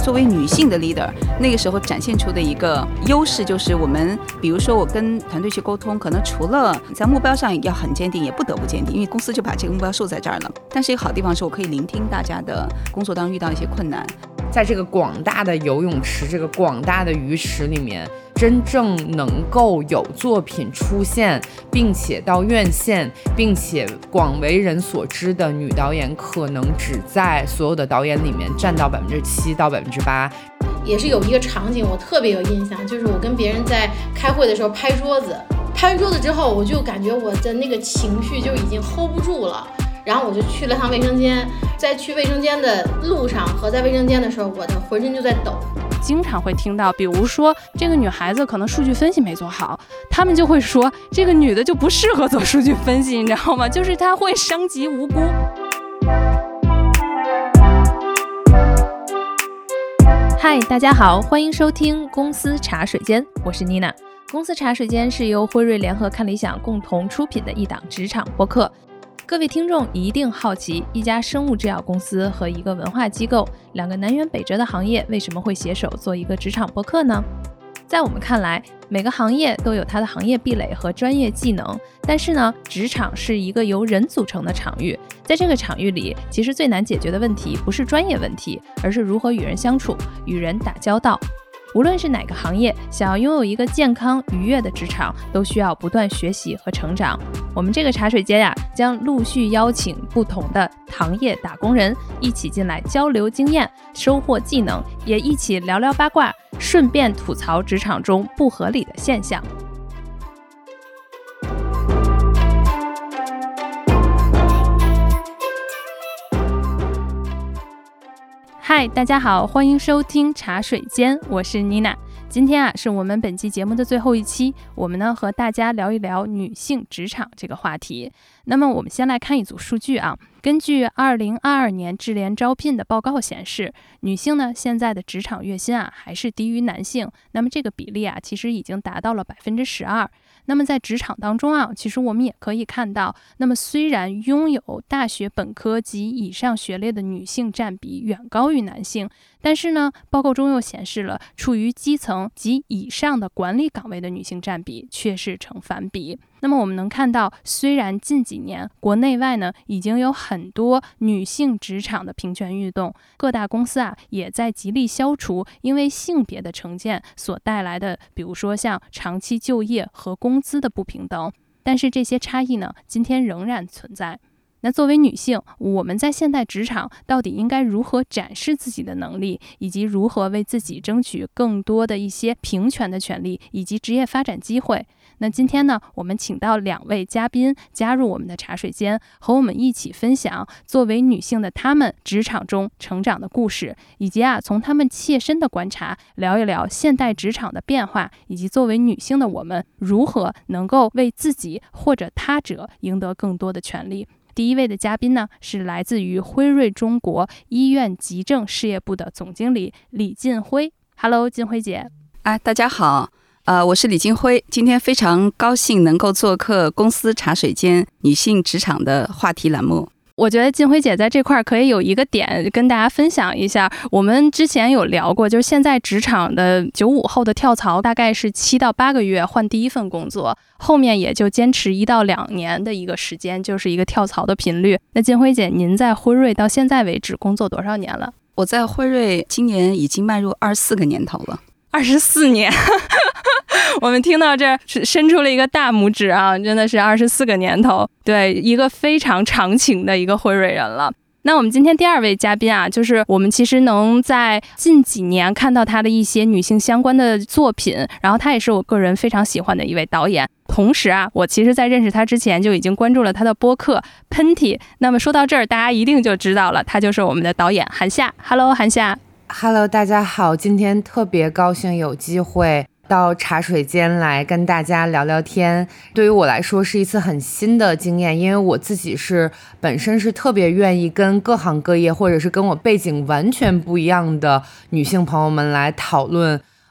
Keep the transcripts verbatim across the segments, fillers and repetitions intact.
作为女性的 leader， 那个时候展现出的一个优势就是我们，比如说我跟团队去沟通，可能除了在目标上要很坚定，也不得不坚定，因为公司就把这个目标设在这儿了。但是一个好地方是我可以聆听大家的工作当中遇到一些困难。 在这个广大的游泳池，这个广大的鱼池里面，真正能够有作品出现，并且到院线，并且广为人所知的女导演，可能只在所有的导演里面占到百分之七到百分之八。 也是有一个场景我特别有印象，就是我跟别人在开会的时候拍桌子，拍完桌子之后，我就感觉我的那个情绪就已经 hold 不住了。然后我就去了趟卫生间，在去卫生间的路上和在卫生间的时候，我的浑身就在抖。 经常会听到，比如说这个女孩子可能数据分析没做好，他们就会说这个女的就不适合做数据分析，你知道吗？就是她会伤及无辜。 嗨，大家好，欢迎收听公司茶水间，我是妮娜。公司茶水间是由辉瑞联合看理想共同出品的一档职场播客。各位听众一定好奇，一家生物制药公司和一个文化机构，两个南辕北辙的行业为什么会携手做一个职场播客呢？在我们看来，每个行业都有它的行业壁垒和专业技能，但是呢，职场是一个由人组成的场域，在这个场域里，其实最难解决的问题不是专业问题，而是如何与人相处，与人打交道。无论是哪个行业，想要拥有一个健康愉悦的职场，都需要不断学习和成长。我们这个茶水间呀、啊，将陆续邀请不同的行业打工人一起进来交流经验，收获技能，也一起聊聊八卦，顺便吐槽职场中不合理的现象。嗨，大家好，欢迎收听茶水间，我是妮娜。今天啊，是我们本期节目的最后一期，我们呢和大家聊一聊女性职场这个话题。那么我们先来看一组数据啊，根据二零二二年智联招聘的报告显示，女性呢现在的职场月薪啊还是低于男性，那么这个比例啊其实已经达到了百分之十二。那么在职场当中啊，其实我们也可以看到，那么虽然拥有大学本科及以上学历的女性占比远高于男性，但是呢，报告中又显示了处于基层及以上的管理岗位的女性占比却是成反比。那么我们能看到，虽然近几年国内外呢已经有很多女性职场的平权运动，各大公司啊也在极力消除因为性别的成见所带来的，比如说像长期就业和工资的不平等，但是这些差异呢，今天仍然存在。那作为女性，我们在现代职场到底应该如何展示自己的能力，以及如何为自己争取更多的一些平权的权利以及职业发展机会？那今天呢，我们请到两位嘉宾加入我们的茶水间，和我们一起分享作为女性的她们职场中成长的故事，以及啊从她们切身的观察聊一聊现代职场的变化，以及作为女性的我们如何能够为自己或者他者赢得更多的权利。第一位的嘉宾呢，是来自于辉瑞中国医院急症事业部的总经理李晋辉。Hello， 晋辉姐。 啊，大家好。呃，我是李晋辉，今天非常高兴能够做客公司茶水间女性职场的话题栏目。 我觉得晋辉姐在这块可以有一个点跟大家分享一下，我们之前有聊过，就是现在职场的九五后的跳槽大概是七到八个月换第一份工作，后面也就坚持一到两年的一个时间，就是一个跳槽的频率。那晋辉姐，您在辉瑞到现在为止工作多少年了？ 我在辉瑞今年已经迈入二十四个年头了。 二十四年我们听到这儿伸出了一个大拇指啊，真的是二十四个年头，对，一个非常长情的一个辉瑞人了。那我们今天第二位嘉宾啊，就是我们其实能在近几年看到他的一些女性相关的作品，然后他也是我个人非常喜欢的一位导演。同时啊，我其实在认识他之前就已经关注了他的播客喷嚏。那么说到这儿，大家一定就知道了，他就是我们的导演韩夏。Hello， 韩夏。 Hello， 大家好，今天特别高兴有机会到茶水间来跟大家聊聊天。对于我来说是一次很新的经验，因为我自己是本身是特别愿意跟各行各业或者是跟我背景完全不一样的女性朋友们来讨论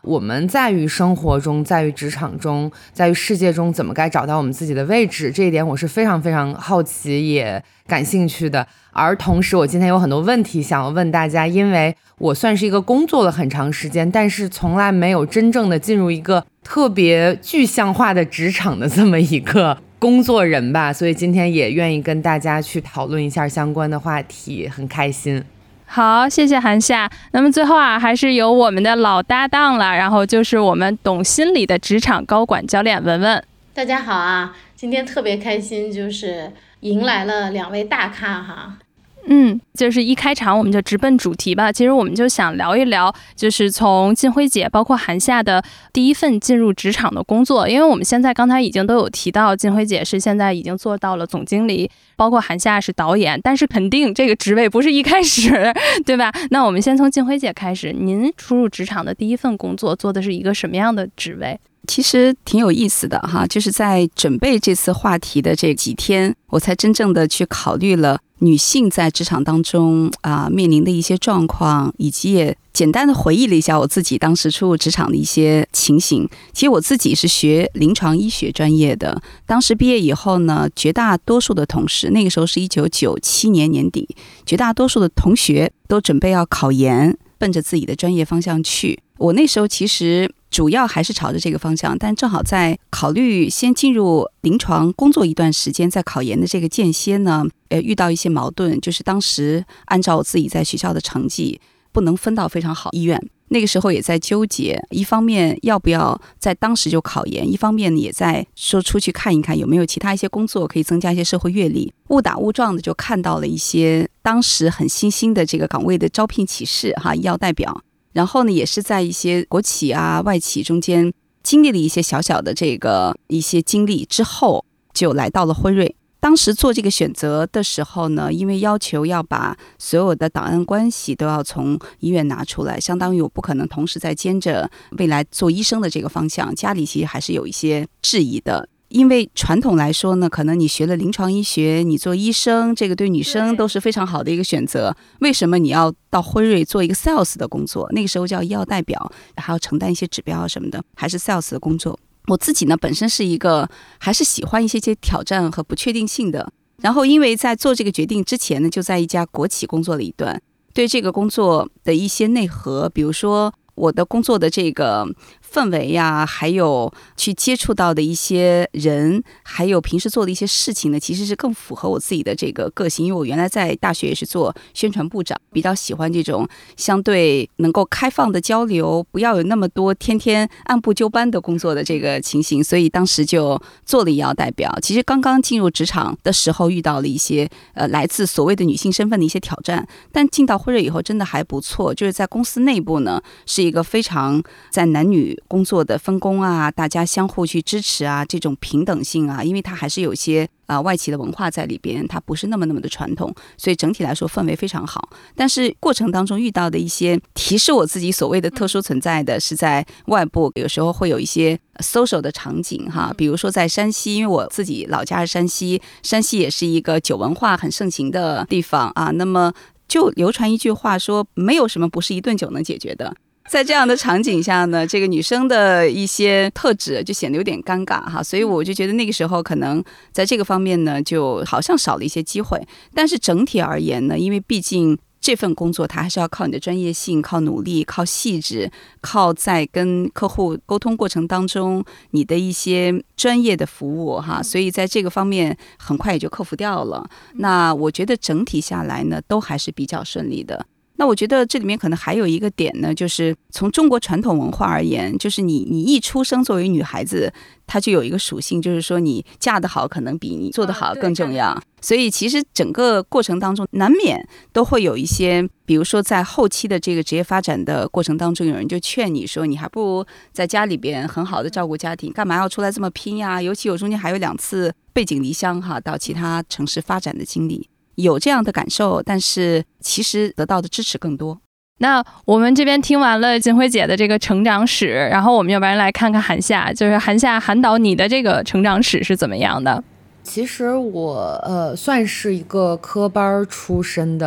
我们在于生活中，在于职场中，在于世界中怎么该找到我们自己的位置，这一点我是非常非常好奇也感兴趣的。而同时我今天有很多问题想要问大家，因为我算是一个工作了很长时间，但是从来没有真正的进入一个特别具象化的职场的这么一个工作人吧，所以今天也愿意跟大家去讨论一下相关的话题，很开心。 好，谢谢韩夏。那么最后啊，还是由我们的老搭档了，然后就是我们懂心理的职场高管教练文文。 大家好啊，今天特别开心，就是迎来了两位大咖哈。 嗯，就是一开场我们就直奔主题吧。其实我们就想聊一聊，就是从静辉姐包括韩夏的第一份进入职场的工作，因为我们现在刚才已经都有提到，静辉姐是现在已经做到了总经理，包括韩夏是导演，但是肯定这个职位不是一开始，对吧？那我们先从静辉姐开始，您初入职场的第一份工作做的是一个什么样的职位？ 其实挺有意思的哈，就是在准备这次话题的这几天，我才真正的去考虑了女性在职场当中啊、呃、面临的一些状况，以及也简单的回忆了一下我自己当时初入职场的一些情形。其实我自己是学临床医学专业的，当时毕业以后呢，绝大多数的同事，那个时候是一九九七年年底，绝大多数的同学都准备要考研，奔着自己的专业方向去。我那时候其实主要还是朝着这个方向，但正好在考虑先进入临床工作一段时间再考研的这个间歇呢，呃，遇到一些矛盾，就是当时按照我自己在学校的成绩不能分到非常好医院，那个时候也在纠结，一方面要不要在当时就考研，一方面也在说出去看一看有没有其他一些工作可以增加一些社会阅历。误打误撞的就看到了一些当时很新兴的这个岗位的招聘启事哈，医药代表。然后呢，也是在一些国企啊、外企中间经历了一些小小的这个一些经历之后，就来到了辉瑞。当时做这个选择的时候呢，因为要求要把所有的档案关系都要从医院拿出来，相当于我不可能同时在兼着未来做医生的这个方向，家里其实还是有一些质疑的。因为传统来说呢，可能你学了临床医学，你做医生，这个对女生都是非常好的一个选择。为什么你要到辉瑞做一个 sales 的工作？那个时候叫医药代表，还要承担一些指标什么的，还是 sales 的工作。我自己呢，本身是一个还是喜欢一些些挑战和不确定性的。然后因为在做这个决定之前呢，就在一家国企工作了一段，对这个工作的一些内核，比如说我的工作的这个氛围呀，还有去接触到的一些人，还有平时做的一些事情呢，其实是更符合我自己的这个个性。因为我原来在大学也是做宣传部长，比较喜欢这种相对能够开放的交流，不要有那么多天天按部就班的工作的这个情形，所以当时就做了医药代表。其实刚刚进入职场的时候遇到了一些呃来自所谓的女性身份的一些挑战，但进到辉瑞以后真的还不错，就是在公司内部呢是一个非常在男女工作的分工啊，大家相互去支持啊，这种平等性啊，因为它还是有些啊、呃、外企的文化在里边，它不是那么那么的传统，所以整体来说氛围非常好。但是过程当中遇到的一些提示我自己所谓的特殊存在的，是在外部有时候会有一些 social 的场景哈，比如说在山西，因为我自己老家是山西，山西也是一个酒文化很盛行的地方啊，那么就流传一句话说，没有什么不是一顿酒能解决的。在这样的场景下呢，这个女生的一些特质就显得有点尴尬哈，所以我就觉得那个时候可能在这个方面呢，就好像少了一些机会。但是整体而言呢，因为毕竟这份工作它还是要靠你的专业性，靠努力，靠细致，靠在跟客户沟通过程当中你的一些专业的服务哈，所以在这个方面很快也就克服掉了。那我觉得整体下来呢，都还是比较顺利的。那我觉得这里面可能还有一个点呢，就是从中国传统文化而言，就是你你一出生作为女孩子，它就有一个属性，就是说你嫁得好可能比你做得好更重要。所以其实整个过程当中难免都会有一些，比如说在后期的这个职业发展的过程当中，有人就劝你说，你还不如在家里边很好的照顾家庭，干嘛要出来这么拼呀？尤其我中间还有两次背井离乡哈，到其他城市发展的经历。有这样的感受，但是其实得到的支持更多。 那我们这边听完了金辉姐的这个成长史，然后我们要不然来看看韩夏，就是韩夏韩导你的这个成长史是怎么样的？ 其实我呃算是一个科班出身的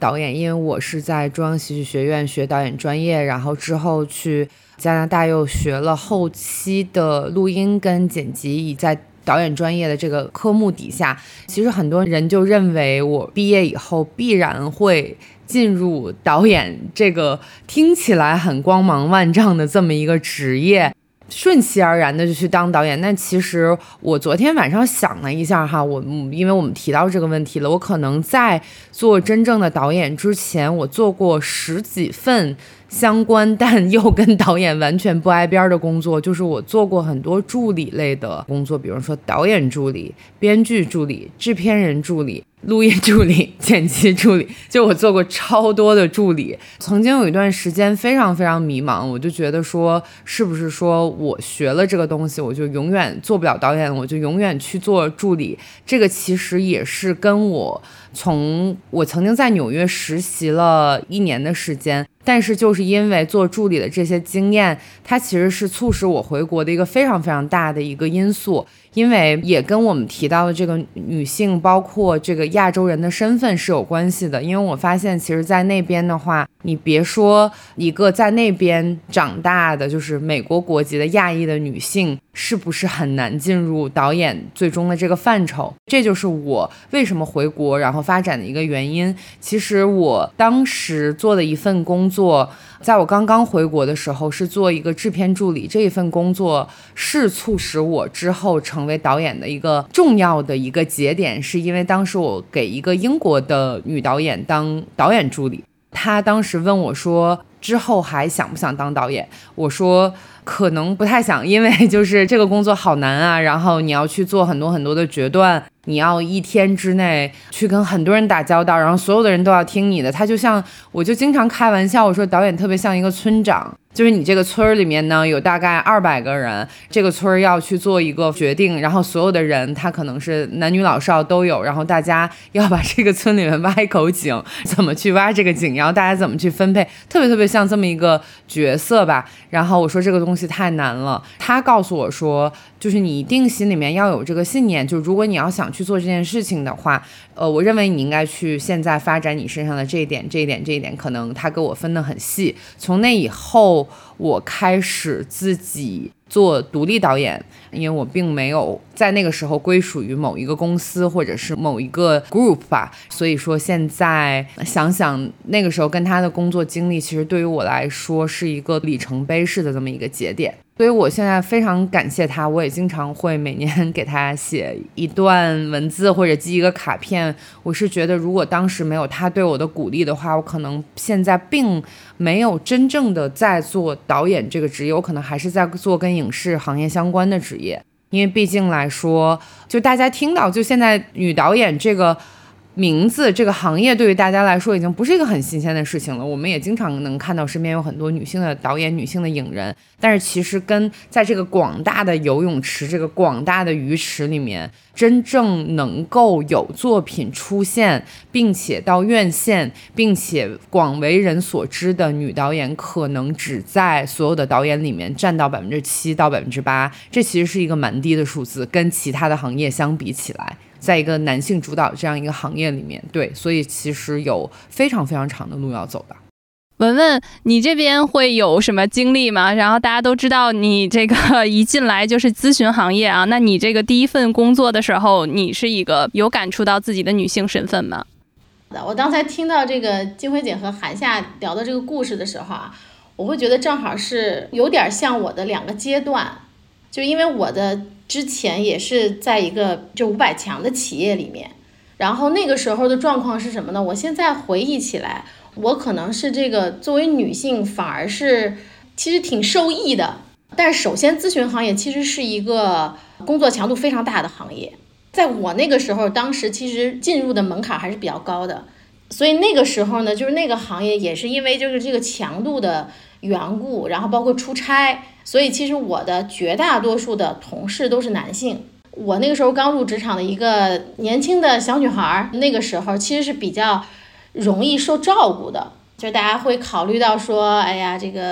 导演，因为我是在中央戏剧学院学导演专业，然后之后去加拿大又学了后期的录音跟剪辑，以在导演专业的这个科目底下，其实很多人就认为我毕业以后必然会进入导演这个听起来很光芒万丈的这么一个职业，顺其而然的就去当导演。但其实我昨天晚上想了一下哈，我因为我们提到这个问题了，我可能在做真正的导演之前，我做过十几份相关但又跟导演完全不挨边的工作，就是我做过很多助理类的工作，比如说导演助理、编剧助理、制片人助理、录音助理、剪辑助理，就我做过超多的助理。曾经有一段时间非常非常迷茫，我就觉得说是不是说我学了这个东西我就永远做不了导演，我就永远去做助理。这个其实也是跟我从我曾经在纽约实习了一年的时间，但是就是因为做助理的这些经验，它其实是促使我回国的一个非常非常大的一个因素。因为也跟我们提到的这个女性包括这个亚洲人的身份是有关系的。因为我发现其实在那边的话，你别说一个在那边长大的就是美国国籍的亚裔的女性是不是很难进入导演最终的这个范畴，这就是我为什么回国然后发展的一个原因。其实我当时做的一份工作，在我刚刚回国的时候是做一个制片助理，这一份工作是促使我之后成为导演的一个重要的一个节点，是因为当时我给一个英国的女导演当导演助理，她当时问我说之后还想不想当导演，我说可能不太想，因为就是这个工作好难啊，然后你要去做很多很多的决断，你要一天之内去跟很多人打交道，然后所有的人都要听你的。他就像，我就经常开玩笑，我说导演特别像一个村长，就是你这个村里面呢有大概二百个人，这个村要去做一个决定，然后所有的人他可能是男女老少都有，然后大家要把这个村里面挖一口井，怎么去挖这个井，然后大家怎么去分配，特别特别像这么一个角色吧。然后我说这个东西太难了，他告诉我说就是你一定心里面要有这个信念，就如果你要想去做这件事情的话，呃，我认为你应该去现在发展你身上的这一点这一点这一点，可能他给我分得很细。从那以后我开始自己做独立导演，因为我并没有在那个时候归属于某一个公司或者是某一个 group 吧，所以说现在想想那个时候跟他的工作经历，其实对于我来说是一个里程碑式的这么一个节点。所以我现在非常感谢他，我也经常会每年给他写一段文字或者寄一个卡片。我是觉得如果当时没有他对我的鼓励的话，我可能现在并没有真正的在做导演这个职业，我可能还是在做跟影视行业相关的职业。因为毕竟来说，就大家听到就现在女导演这个名字，这个行业对于大家来说已经不是一个很新鲜的事情了。我们也经常能看到身边有很多女性的导演、女性的影人，但是其实跟在这个广大的游泳池、这个广大的鱼池里面，真正能够有作品出现，并且到院线，并且广为人所知的女导演，可能只在所有的导演里面占到百分之七到百分之八，这其实是一个蛮低的数字，跟其他的行业相比起来。在一个男性主导这样一个行业里面，对，所以其实有非常非常长的路要走的。 文文，你这边会有什么经历吗？然后大家都知道你这个一进来就是咨询行业啊，那你这个第一份工作的时候，你是一个有感触到自己的女性身份吗？ 我刚才听到这个金辉姐和韩夏聊的这个故事的时候啊，我会觉得正好是有点像我的两个阶段，就因为我的之前也是在一个就五百强的企业里面，然后那个时候的状况是什么呢？我现在回忆起来，我可能是这个作为女性反而是其实挺受益的。但是首先咨询行业其实是一个工作强度非常大的行业，在我那个时候当时其实进入的门槛还是比较高的，所以那个时候呢，就是那个行业也是因为就是这个强度的缘故，然后包括出差，所以其实我的绝大多数的同事都是男性。我那个时候刚入职场的一个年轻的小女孩，那个时候其实是比较容易受照顾的，就是大家会考虑到说，哎呀，这个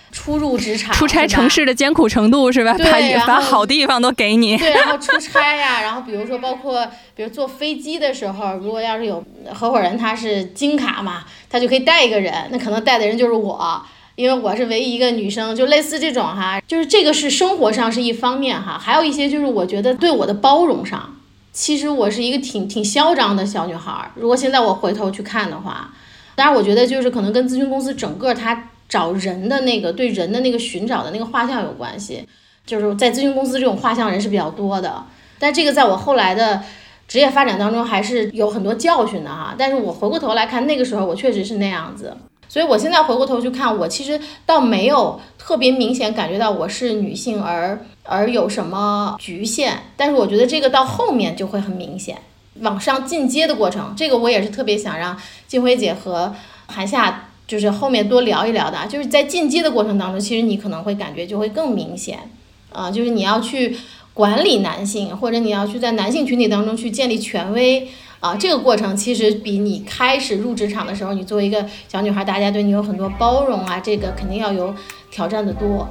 初入职场， 出差城市的艰苦程度是吧？ 对， 把把好地方都给你。 对，然后出差呀，然后比如说包括比如坐飞机的时候，如果要是有合伙人他是金卡嘛，他就可以带一个人，那可能带的人就是我。因为我是唯一一个女生，就类似这种哈，就是这个是生活上是一方面哈，还有一些就是我觉得对我的包容上，其实我是一个挺挺嚣张的小女孩。如果现在我回头去看的话，当然我觉得就是可能跟咨询公司整个它找人的那个对人的那个寻找的那个画像有关系，就是在咨询公司这种画像人是比较多的，但这个在我后来的职业发展当中还是有很多教训的哈。但是我回过头来看，那个时候我确实是那样子。所以我现在回过头去看，我其实倒没有特别明显感觉到我是女性而而有什么局限，但是我觉得这个到后面就会很明显，往上进阶的过程，这个我也是特别想让静辉姐和韩夏就是后面多聊一聊的，就是在进阶的过程当中，其实你可能会感觉就会更明显啊、呃，就是你要去管理男性，或者你要去在男性群体当中去建立权威。啊，这个过程其实比你开始入职场的时候，你作为一个小女孩，大家对你有很多包容啊，这个肯定要有挑战的多。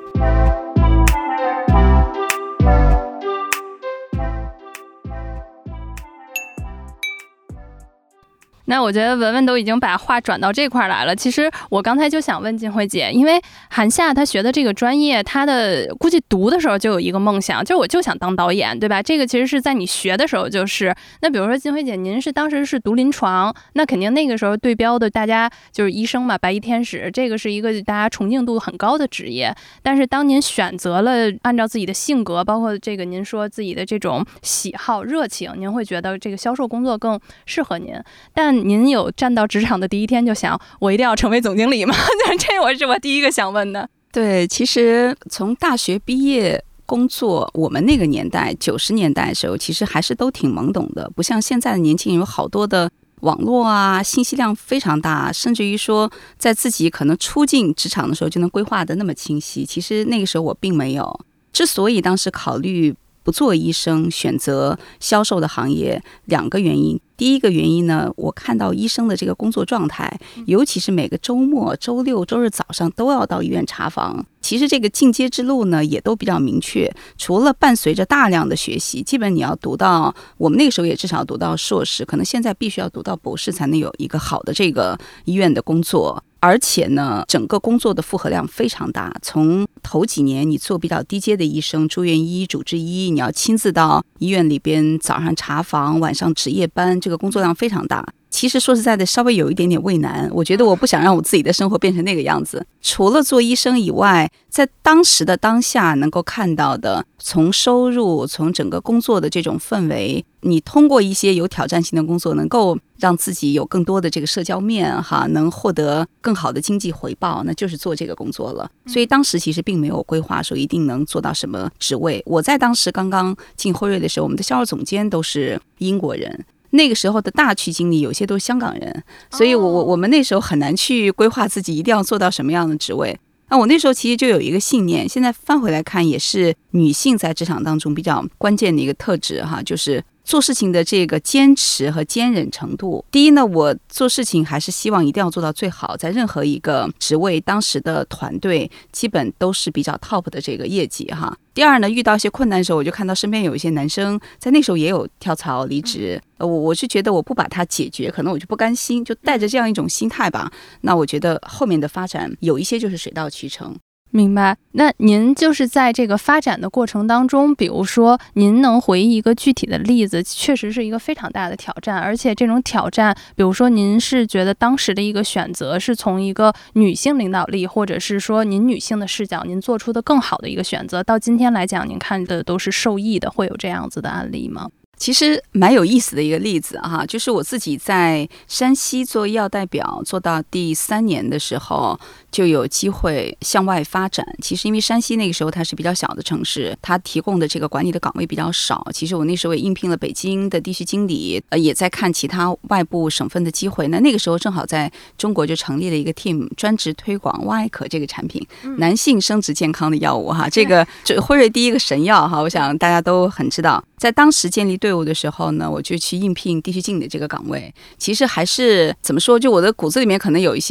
那我觉得文文都已经把话转到这块来了。其实我刚才就想问金辉姐，因为韩夏她学的这个专业，她的估计读的时候就有一个梦想，就我就想当导演，对吧？这个其实是在你学的时候就是。那比如说金辉姐，您是当时是读临床，那肯定那个时候对标的大家就是医生嘛，白衣天使，这个是一个大家崇敬度很高的职业。但是当您选择了按照自己的性格，包括这个您说自己的这种喜好热情，您会觉得这个销售工作更适合您。但您有站到职场的第一天就想我一定要成为总经理吗？这我是我第一个想问的。 对，其实从大学毕业工作，我们那个年代九十年代的时候其实还是都挺懵懂的，不像现在的年轻人有好多的网络啊，信息量非常大，甚至于说在自己可能初进职场的时候就能规划的那么清晰。其实那个时候我并没有。之所以当时考虑不做医生，选择销售的行业，两个原因。第一个原因呢，我看到医生的这个工作状态，尤其是每个周末、周六、周日早上都要到医院查房。其实这个进阶之路呢，也都比较明确。除了伴随着大量的学习，基本你要读到，我们那个时候也至少读到硕士，可能现在必须要读到博士才能有一个好的这个医院的工作。而且呢，整个工作的负荷量非常大。从头几年你做比较低阶的医生，住院医、主治医，你要亲自到医院里边早上查房，晚上值夜班，这个工作量非常大。其实说实在的，稍微有一点点畏难。我觉得我不想让我自己的生活变成那个样子。除了做医生以外，在当时的当下能够看到的，从收入，从整个工作的这种氛围，你通过一些有挑战性的工作，能够让自己有更多的这个社交面哈，能获得更好的经济回报，那就是做这个工作了。所以当时其实并没有规划说一定能做到什么职位。我在当时刚刚进辉瑞的时候，我们的销售总监都是英国人。那个时候的大区经理有些都是香港人，所以我我我们那时候很难去规划自己一定要做到什么样的职位。那我那时候其实就有一个信念，现在翻回来看，也是女性在职场当中比较关键的一个特质哈，就是做事情的这个坚持和坚忍程度。第一呢，我做事情还是希望一定要做到最好，在任何一个职位，当时的团队基本都是比较 top 的这个业绩哈。第二呢，遇到一些困难的时候，我就看到身边有一些男生在那时候也有跳槽离职，我我是觉得我不把它解决，可能我就不甘心，就带着这样一种心态吧。那我觉得后面的发展有一些就是水到渠成。 明白。那您就是在这个发展的过程当中，比如说您能回忆一个具体的例子，确实是一个非常大的挑战，而且这种挑战，比如说您是觉得当时的一个选择是从一个女性领导力，或者是说您女性的视角，您做出的更好的一个选择，到今天来讲，您看的都是受益的，会有这样子的案例吗？ 其实蛮有意思的一个例子哈，就是我自己在山西做医药代表做到第三年的时候，就有机会向外发展。其实因为山西那个时候它是比较小的城市，它提供的这个管理的岗位比较少。其实我那时候也应聘了北京的地区经理，呃，也在看其他外部省份的机会。那那个时候正好在中国就成立了一个 team， 专职推广蛙艾可这个产品，男性生殖健康的药物哈，这个辉瑞第一个神药哈，我想大家都很知道。在当时建立队伍的时候呢，我就去应聘地区经理这个岗位。其实还是怎么说，就我的骨子里面可能有一些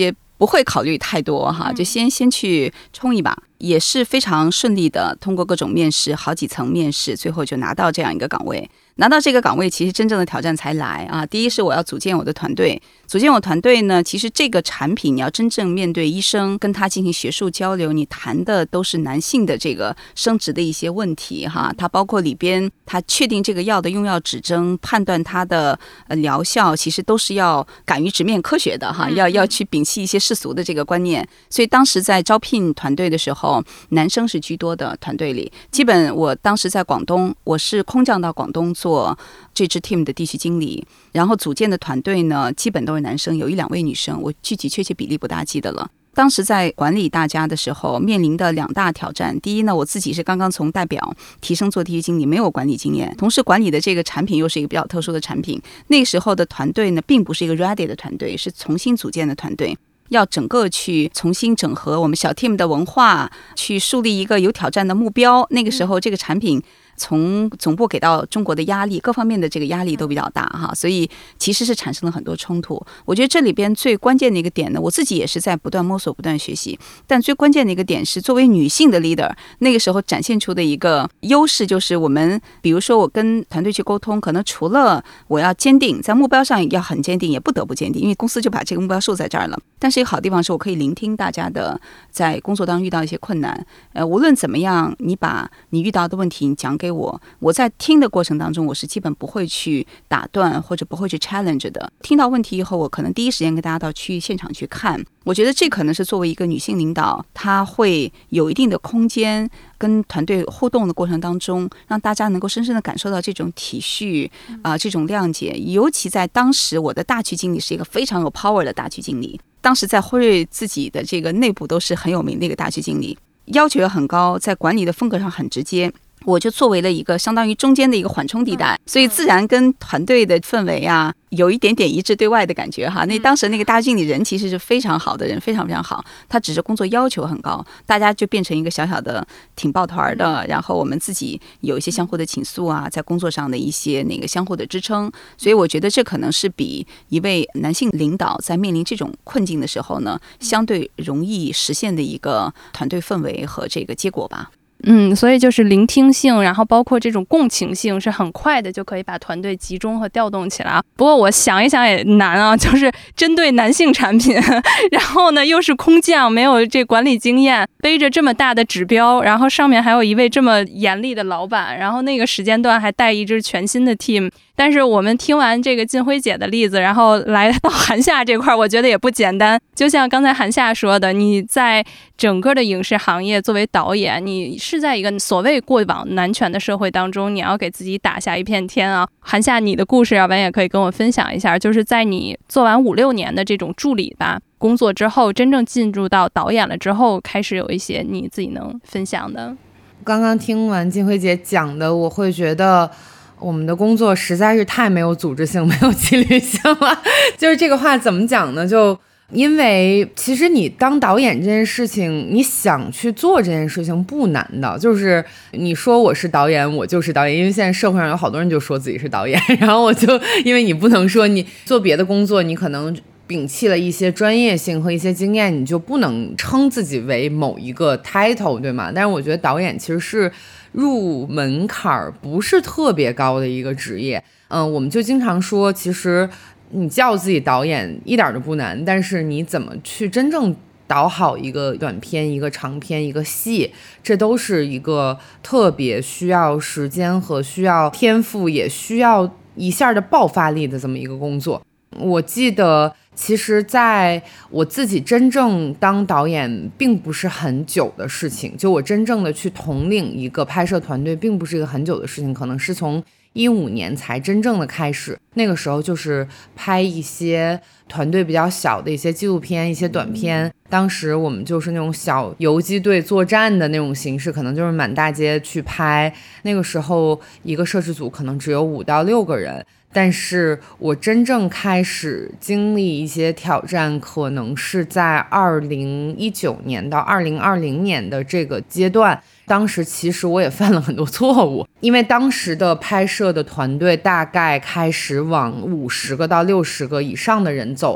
不会考虑太多哈，就先先去冲一把，也是非常顺利的，通过各种面试，好几层面试，最后就拿到这样一个岗位。拿到这个岗位，其实真正的挑战才来啊！第一是我要组建我的团队，组建我团队呢，其实这个产品你要真正面对医生，跟他进行学术交流，你谈的都是男性的这个生殖的一些问题哈，它包括里边它确定这个药的用药指征，判断它的呃疗效，其实都是要敢于直面科学的哈，要要去摒弃一些世俗的这个观念。所以当时在招聘团队的时候，男生是居多的，团队里基本我当时在广东，我是空降到广东做这支 team 的地区经理，然后组建的团队呢，基本都是男生，有一两位女生，我具体确切比例不大记得了。当时在管理大家的时候，面临的两大挑战，第一呢，我自己是刚刚从代表提升做地区经理，没有管理经验，同时管理的这个产品又是一个比较特殊的产品，那个时候的团队呢，并不是一个 ready 的团队，是重新组建的团队，要整个去重新整合我们小 team 的文化，去树立一个有挑战的目标。那个时候这个产品从总部给到中国的压力，各方面的这个压力都比较大哈，所以其实是产生了很多冲突。我觉得这里边最关键的一个点呢，我自己也是在不断摸索、不断学习。但最关键的一个点是，作为女性的 leader， 那个时候展现出的一个优势就是，我们比如说我跟团队去沟通，可能除了我要坚定，在目标上要很坚定，也不得不坚定，因为公司就把这个目标设在这儿了。但是一个好地方是我可以聆听大家的在工作当中遇到一些困难，呃，无论怎么样，你把你遇到的问题你讲给我，我在听的过程当中，我是基本不会去打断或者不会去 challenge 的。听到问题以后，我可能第一时间跟大家到去现场去看。我觉得这可能是作为一个女性领导，她会有一定的空间，跟团队互动的过程当中，让大家能够深深的感受到这种体恤啊、呃，这种谅解。尤其在当时，我的大区经理是一个非常有 power 的大区经理。当时在辉瑞自己的这个内部都是很有名的一个大区经理，要求也很高，在管理的风格上很直接。我就作为了一个相当于中间的一个缓冲地带，所以自然跟团队的氛围啊有一点点一致对外的感觉哈。那当时那个大经理人其实是非常好的人，非常非常好，他只是工作要求很高，大家就变成一个小小的挺抱团的，然后我们自己有一些相互的倾诉啊，在工作上的一些那个相互的支撑。所以我觉得这可能是比一位男性领导在面临这种困境的时候呢，相对容易实现的一个团队氛围和这个结果吧。 嗯，所以就是聆听性，然后包括这种共情性是很快的就可以把团队集中和调动起来啊。不过我想一想也难啊，就是针对男性产品，然后呢又是空降，没有这管理经验，背着这么大的指标，然后上面还有一位这么严厉的老板，然后那个时间段还带一支全新的 team。但是我们听完这个金辉姐的例子，然后来到韩夏这块，我觉得也不简单。就像刚才韩夏说的，你在整个的影视行业作为导演，你是在一个所谓过往男权的社会当中，你要给自己打下一片天啊。韩夏，你的故事要不然也可以跟我分享一下，就是在你做完五六年的这种助理吧工作之后，真正进入到导演了之后，开始有一些你自己能分享的。 刚刚听完金辉姐讲的，我会觉得我们的工作实在是太没有组织性、没有纪律性了。就是这个话怎么讲呢？就因为其实你当导演这件事情，你想去做这件事情不难的，就是你说我是导演，我就是导演。因为现在社会上有好多人就说自己是导演，然后我就因为你不能说你做别的工作，你可能摒弃了一些专业性和一些经验，你就不能称自己为某一个 title， 对吗？但是我觉得导演其实是入门槛不是特别高的一个职业。嗯，我们就经常说，其实你叫自己导演一点都不难，但是你怎么去真正导好一个短片、一个长片、一个戏，这都是一个特别需要时间和需要天赋，也需要一下的爆发力的这么一个工作。我记得其实在我自己真正当导演并不是很久的事情，就我真正的去统领一个拍摄团队并不是一个很久的事情，可能是从一五年才真正的开始。那个时候就是拍一些团队比较小的一些纪录片、一些短片，当时我们就是那种小游击队作战的那种形式，可能就是满大街去拍。那个时候一个摄制组可能只有五到六个人，但是我真正开始经历一些挑战，可能是在二零一九年到二零二零年的这个阶段。当时其实我也犯了很多错误，因为当时的拍摄的团队大概开始往五十个到六十个以上的人走了。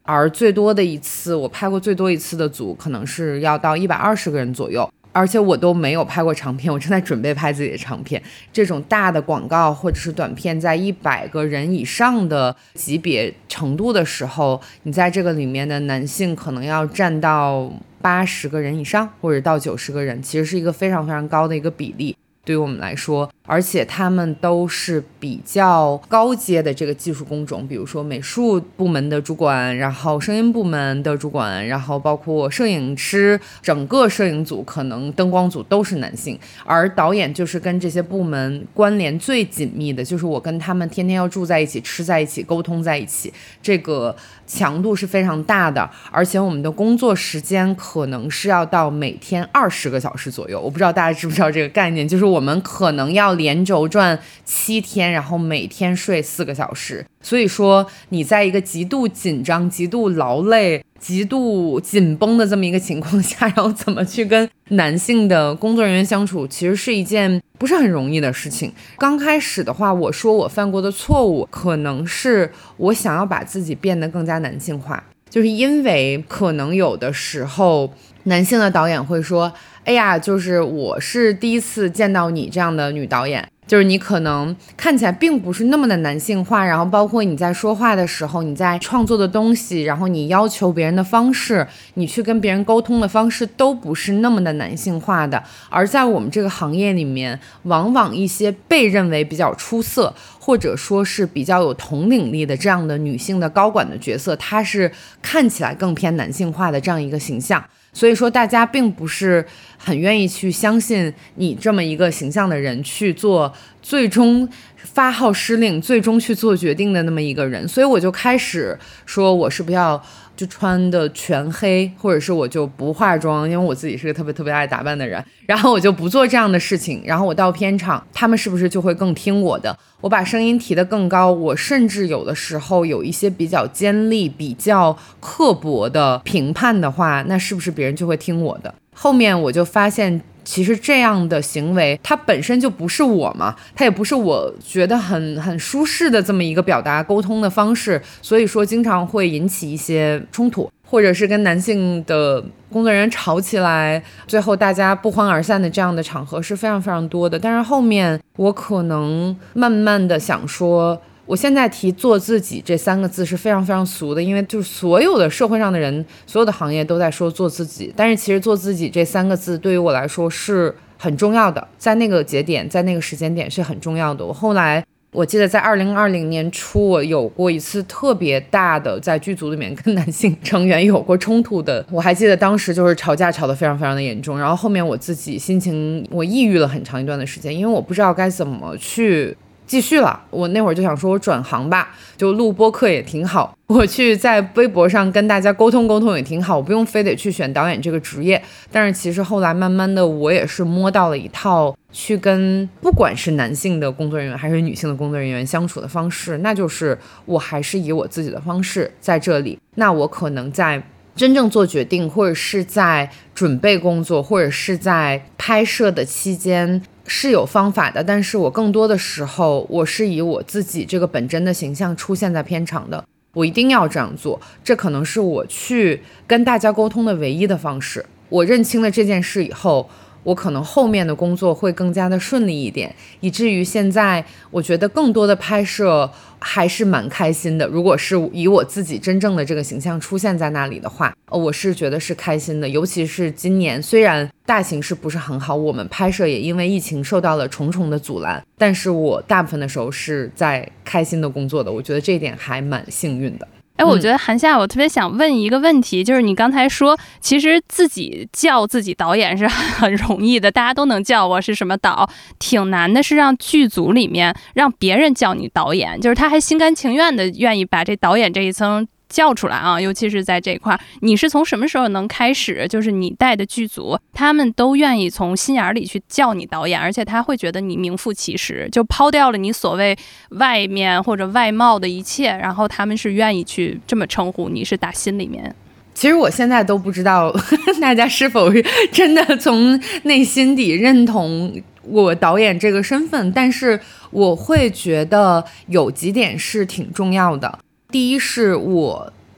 而最多的一次我拍过最多一次的组可能是要到一百二十个人左右，而且我都没有拍过长片，我正在准备拍自己的长片。这种大的广告或者是短片在一百个人以上的级别程度的时候，你在这个里面的男性可能要占到八十个人以上，或者到九十个人，其实是一个非常非常高的一个比例对于我们来说，而且他们都是比较高阶的这个技术工种，比如说美术部门的主管，然后声音部门的主管，然后包括摄影师，整个摄影组可能灯光组都是男性，而导演就是跟这些部门关联最紧密的，就是我跟他们天天要住在一起，吃在一起，沟通在一起，这个强度是非常大的，而且我们的工作时间可能是要到每天二十个小时左右。我不知道大家知不知道这个概念，就是我们可能要连轴转七天，然后每天睡四个小时。所以说你在一个极度紧张、极度劳累、极度紧绷的这么一个情况下，然后怎么去跟男性的工作人员相处，其实是一件不是很容易的事情。刚开始的话，我说我犯过的错误可能是我想要把自己变得更加男性化，就是因为可能有的时候男性的导演会说，哎呀，就是我是第一次见到你这样的女导演，就是你可能看起来并不是那么的男性化，然后包括你在说话的时候，你在创作的东西，然后你要求别人的方式，你去跟别人沟通的方式都不是那么的男性化的。而在我们这个行业里面，往往一些被认为比较出色或者说是比较有统领力的这样的女性的高管的角色，她是看起来更偏男性化的这样一个形象。所以说大家并不是很愿意去相信你这么一个形象的人去做最终发号施令，最终去做决定的那么一个人。所以我就开始说我是不要就穿的全黑，或者是我就不化妆，因为我自己是个特别特别爱打扮的人，然后我就不做这样的事情。然后我到片场，他们是不是就会更听我的？我把声音提得更高，我甚至有的时候有一些比较尖利、比较刻薄的评判的话，那是不是别人就会听我的？后面我就发现其实这样的行为它本身就不是我嘛，它也不是我觉得很很舒适的这么一个表达沟通的方式，所以说经常会引起一些冲突，或者是跟男性的工作人员吵起来，最后大家不欢而散的这样的场合是非常非常多的。但是后面我可能慢慢的想说，我现在提做自己这三个字是非常非常俗的，因为就是所有的社会上的人，所有的行业都在说做自己，但是其实做自己这三个字对于我来说是很重要的，在那个节点，在那个时间点是很重要的。我后来我记得在二零二零年初，我有过一次特别大的在剧组里面跟男性成员有过冲突的，我还记得当时就是吵架吵得非常非常的严重，然后后面我自己心情我抑郁了很长一段的时间，因为我不知道该怎么去继续了。我那会儿就想说我转行吧，就录播客也挺好，我去在微博上跟大家沟通沟通也挺好，我不用非得去选导演这个职业。但是其实后来慢慢的我也是摸到了一套去跟不管是男性的工作人员还是女性的工作人员相处的方式，那就是我还是以我自己的方式在这里，那我可能在真正做决定，或者是在准备工作，或者是在拍摄的期间是有方法的，但是我更多的时候我是以我自己这个本真的形象出现在片场的，我一定要这样做，这可能是我去跟大家沟通的唯一的方式。我认清了这件事以后，我可能后面的工作会更加的顺利一点，以至于现在我觉得更多的拍摄还是蛮开心的。如果是以我自己真正的这个形象出现在那里的话，我是觉得是开心的。尤其是今年虽然大形势不是很好，我们拍摄也因为疫情受到了重重的阻拦，但是我大部分的时候是在开心的工作的，我觉得这一点还蛮幸运的。 哎，我觉得韩夏，我特别想问一个问题，就是你刚才说，其实自己叫自己导演是很容易的，大家都能叫我是什么导，挺难的是让剧组里面让别人叫你导演，就是他还心甘情愿的愿意把这导演这一层叫出来啊，尤其是在这块，你是从什么时候能开始，就是你带的剧组他们都愿意从心眼里去叫你导演，而且他会觉得你名副其实，就抛掉了你所谓外面或者外貌的一切，然后他们是愿意去这么称呼你，是打心里面。 其实我现在都不知道大家是否真的从内心底认同我导演这个身份，但是我会觉得有几点是挺重要的。第一是我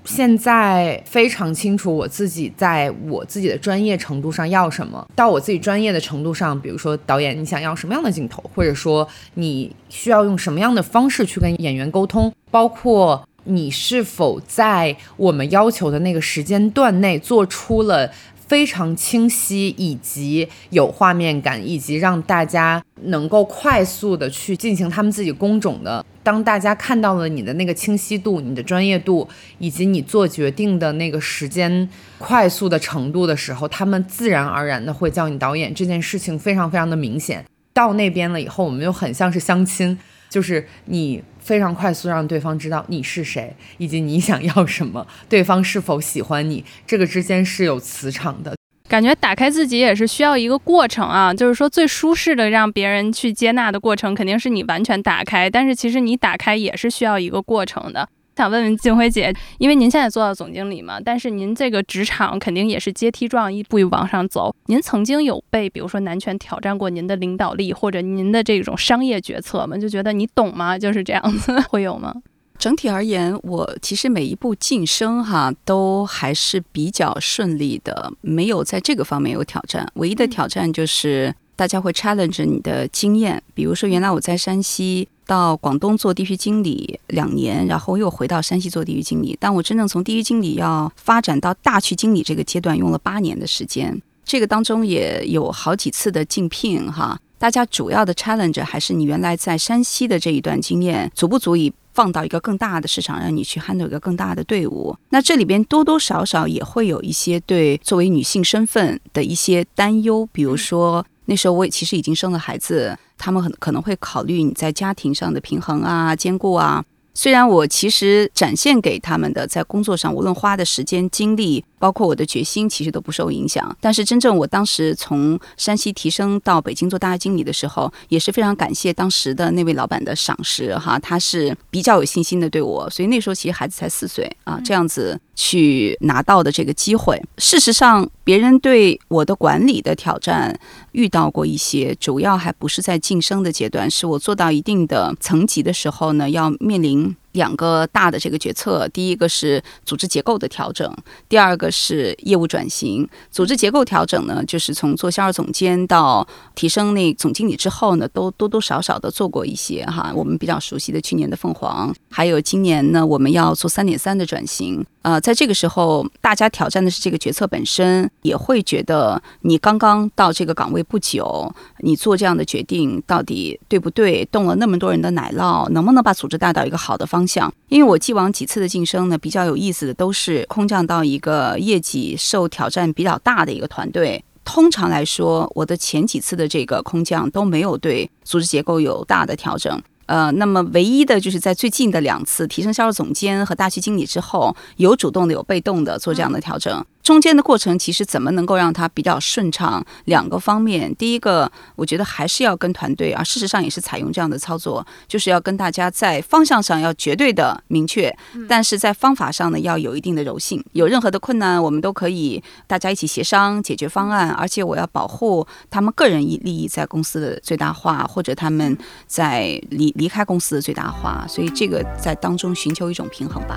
现在非常清楚我自己在我自己的专业程度上要什么，到我自己专业的程度上，比如说导演你想要什么样的镜头，或者说你需要用什么样的方式去跟演员沟通，包括你是否在我们要求的那个时间段内做出了非常清晰以及有画面感，以及让大家能够快速的去进行他们自己工种的，当大家看到了你的那个清晰度，你的专业度，以及你做决定的那个时间快速的程度的时候，他们自然而然的会叫你导演，这件事情非常非常的明显。到那边了以后，我们就很像是相亲，就是你非常快速让对方知道你是谁，以及你想要什么，对方是否喜欢你，这个之间是有磁场的。 感觉打开自己也是需要一个过程啊，就是说最舒适的让别人去接纳的过程肯定是你完全打开，但是其实你打开也是需要一个过程的。想问问静辉姐，因为您现在做到总经理嘛，但是您这个职场肯定也是阶梯状一步一步往上走，您曾经有被比如说男权挑战过您的领导力或者您的这种商业决策吗？就觉得你懂吗？就是这样子，会有吗？ 整体而言，我其实每一步晋升哈都还是比较顺利的，没有在这个方面有挑战。唯一的挑战就是大家会 challenge 你的经验，比如说原来我在山西到广东做地区经理两年，然后又回到山西做地区经理，但我真正从地区经理要发展到大区经理这个阶段用了八年的时间，这个当中也有好几次的竞聘哈。大家主要的 challenge 还是你原来在山西的这一段经验足不足以放到一个更大的市场，让你去 handle 一个更大的队伍。那这里边多多少少也会有一些对作为女性身份的一些担忧，比如说那时候我也其实已经生了孩子，他们可能会考虑你在家庭上的平衡啊、兼顾啊。虽然我其实展现给他们的在工作上无论花的时间精力包括我的决心其实都不受影响，但是真正我当时从山西提升到北京做大经理的时候，也是非常感谢当时的那位老板的赏识哈，他是比较有信心的对我，所以那时候其实孩子才四岁啊，这样子去拿到的这个机会。事实上别人对我的管理的挑战遇到过一些，主要还不是在晋升的阶段，是我做到一定的层级的时候呢，要面临两个大的这个决策，第一个是组织结构的调整，第二个是业务转型。组织结构调整呢，就是从做销售总监到提升那总经理之后呢，都多多少少的做过一些哈。我们比较熟悉的去年的凤凰，还有今年呢，我们要做三点三的转型。呃，在这个时候，大家挑战的是这个决策本身，也会觉得你刚刚到这个岗位不久，你做这样的决定到底对不对？动了那么多人的奶酪，能不能把组织带到一个好的方向？因为我既往几次的晋升呢，比较有意思的都是空降到一个业绩受挑战比较大的一个团队。通常来说，我的前几次的这个空降都没有对组织结构有大的调整。呃，那么唯一的就是在最近的两次提升销售总监和大区经理之后，有主动的有被动的做这样的调整。中间的过程其实怎么能够让它比较顺畅，两个方面，第一个我觉得还是要跟团队啊，事实上也是采用这样的操作，就是要跟大家在方向上要绝对的明确，但是在方法上呢要有一定的柔性，有任何的困难我们都可以大家一起协商解决方案，而且我要保护他们个人利益在公司的最大化，或者他们在离离开公司的最大化，所以这个在当中寻求一种平衡吧。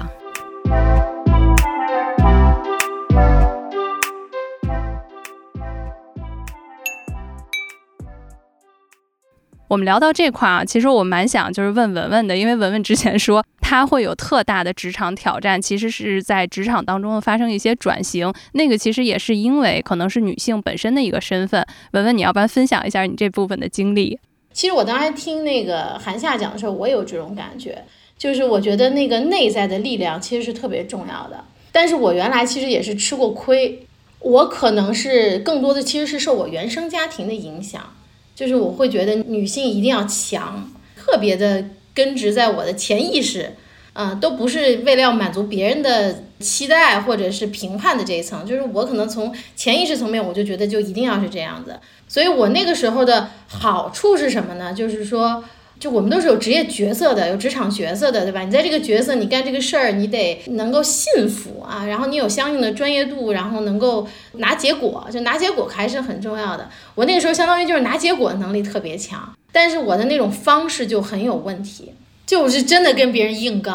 我们聊到这块啊，其实我蛮想就是问文文的，因为文文之前说她会有特大的职场挑战，其实是在职场当中发生一些转型，那个其实也是因为可能是女性本身的一个身份。文文，你要不然分享一下你这部分的经历？ 其实我当时听那个韩夏讲的时候，我也有这种感觉，就是我觉得那个内在的力量其实是特别重要的。但是我原来其实也是吃过亏，我可能是更多的其实是受我原生家庭的影响，就是我会觉得女性一定要强，特别的根植在我的潜意识，嗯、呃，都不是为了要满足别人的期待或者是评判的这一层，就是我可能从潜意识层面我就觉得就一定要是这样子。所以我那个时候的好处是什么呢？就是说就我们都是有职业角色的，有职场角色的，对吧？你在这个角色你干这个事儿你得能够信服啊，然后你有相应的专业度，然后能够拿结果，就拿结果还是很重要的。我那个时候相当于就是拿结果能力特别强，但是我的那种方式就很有问题，就是真的跟别人硬刚，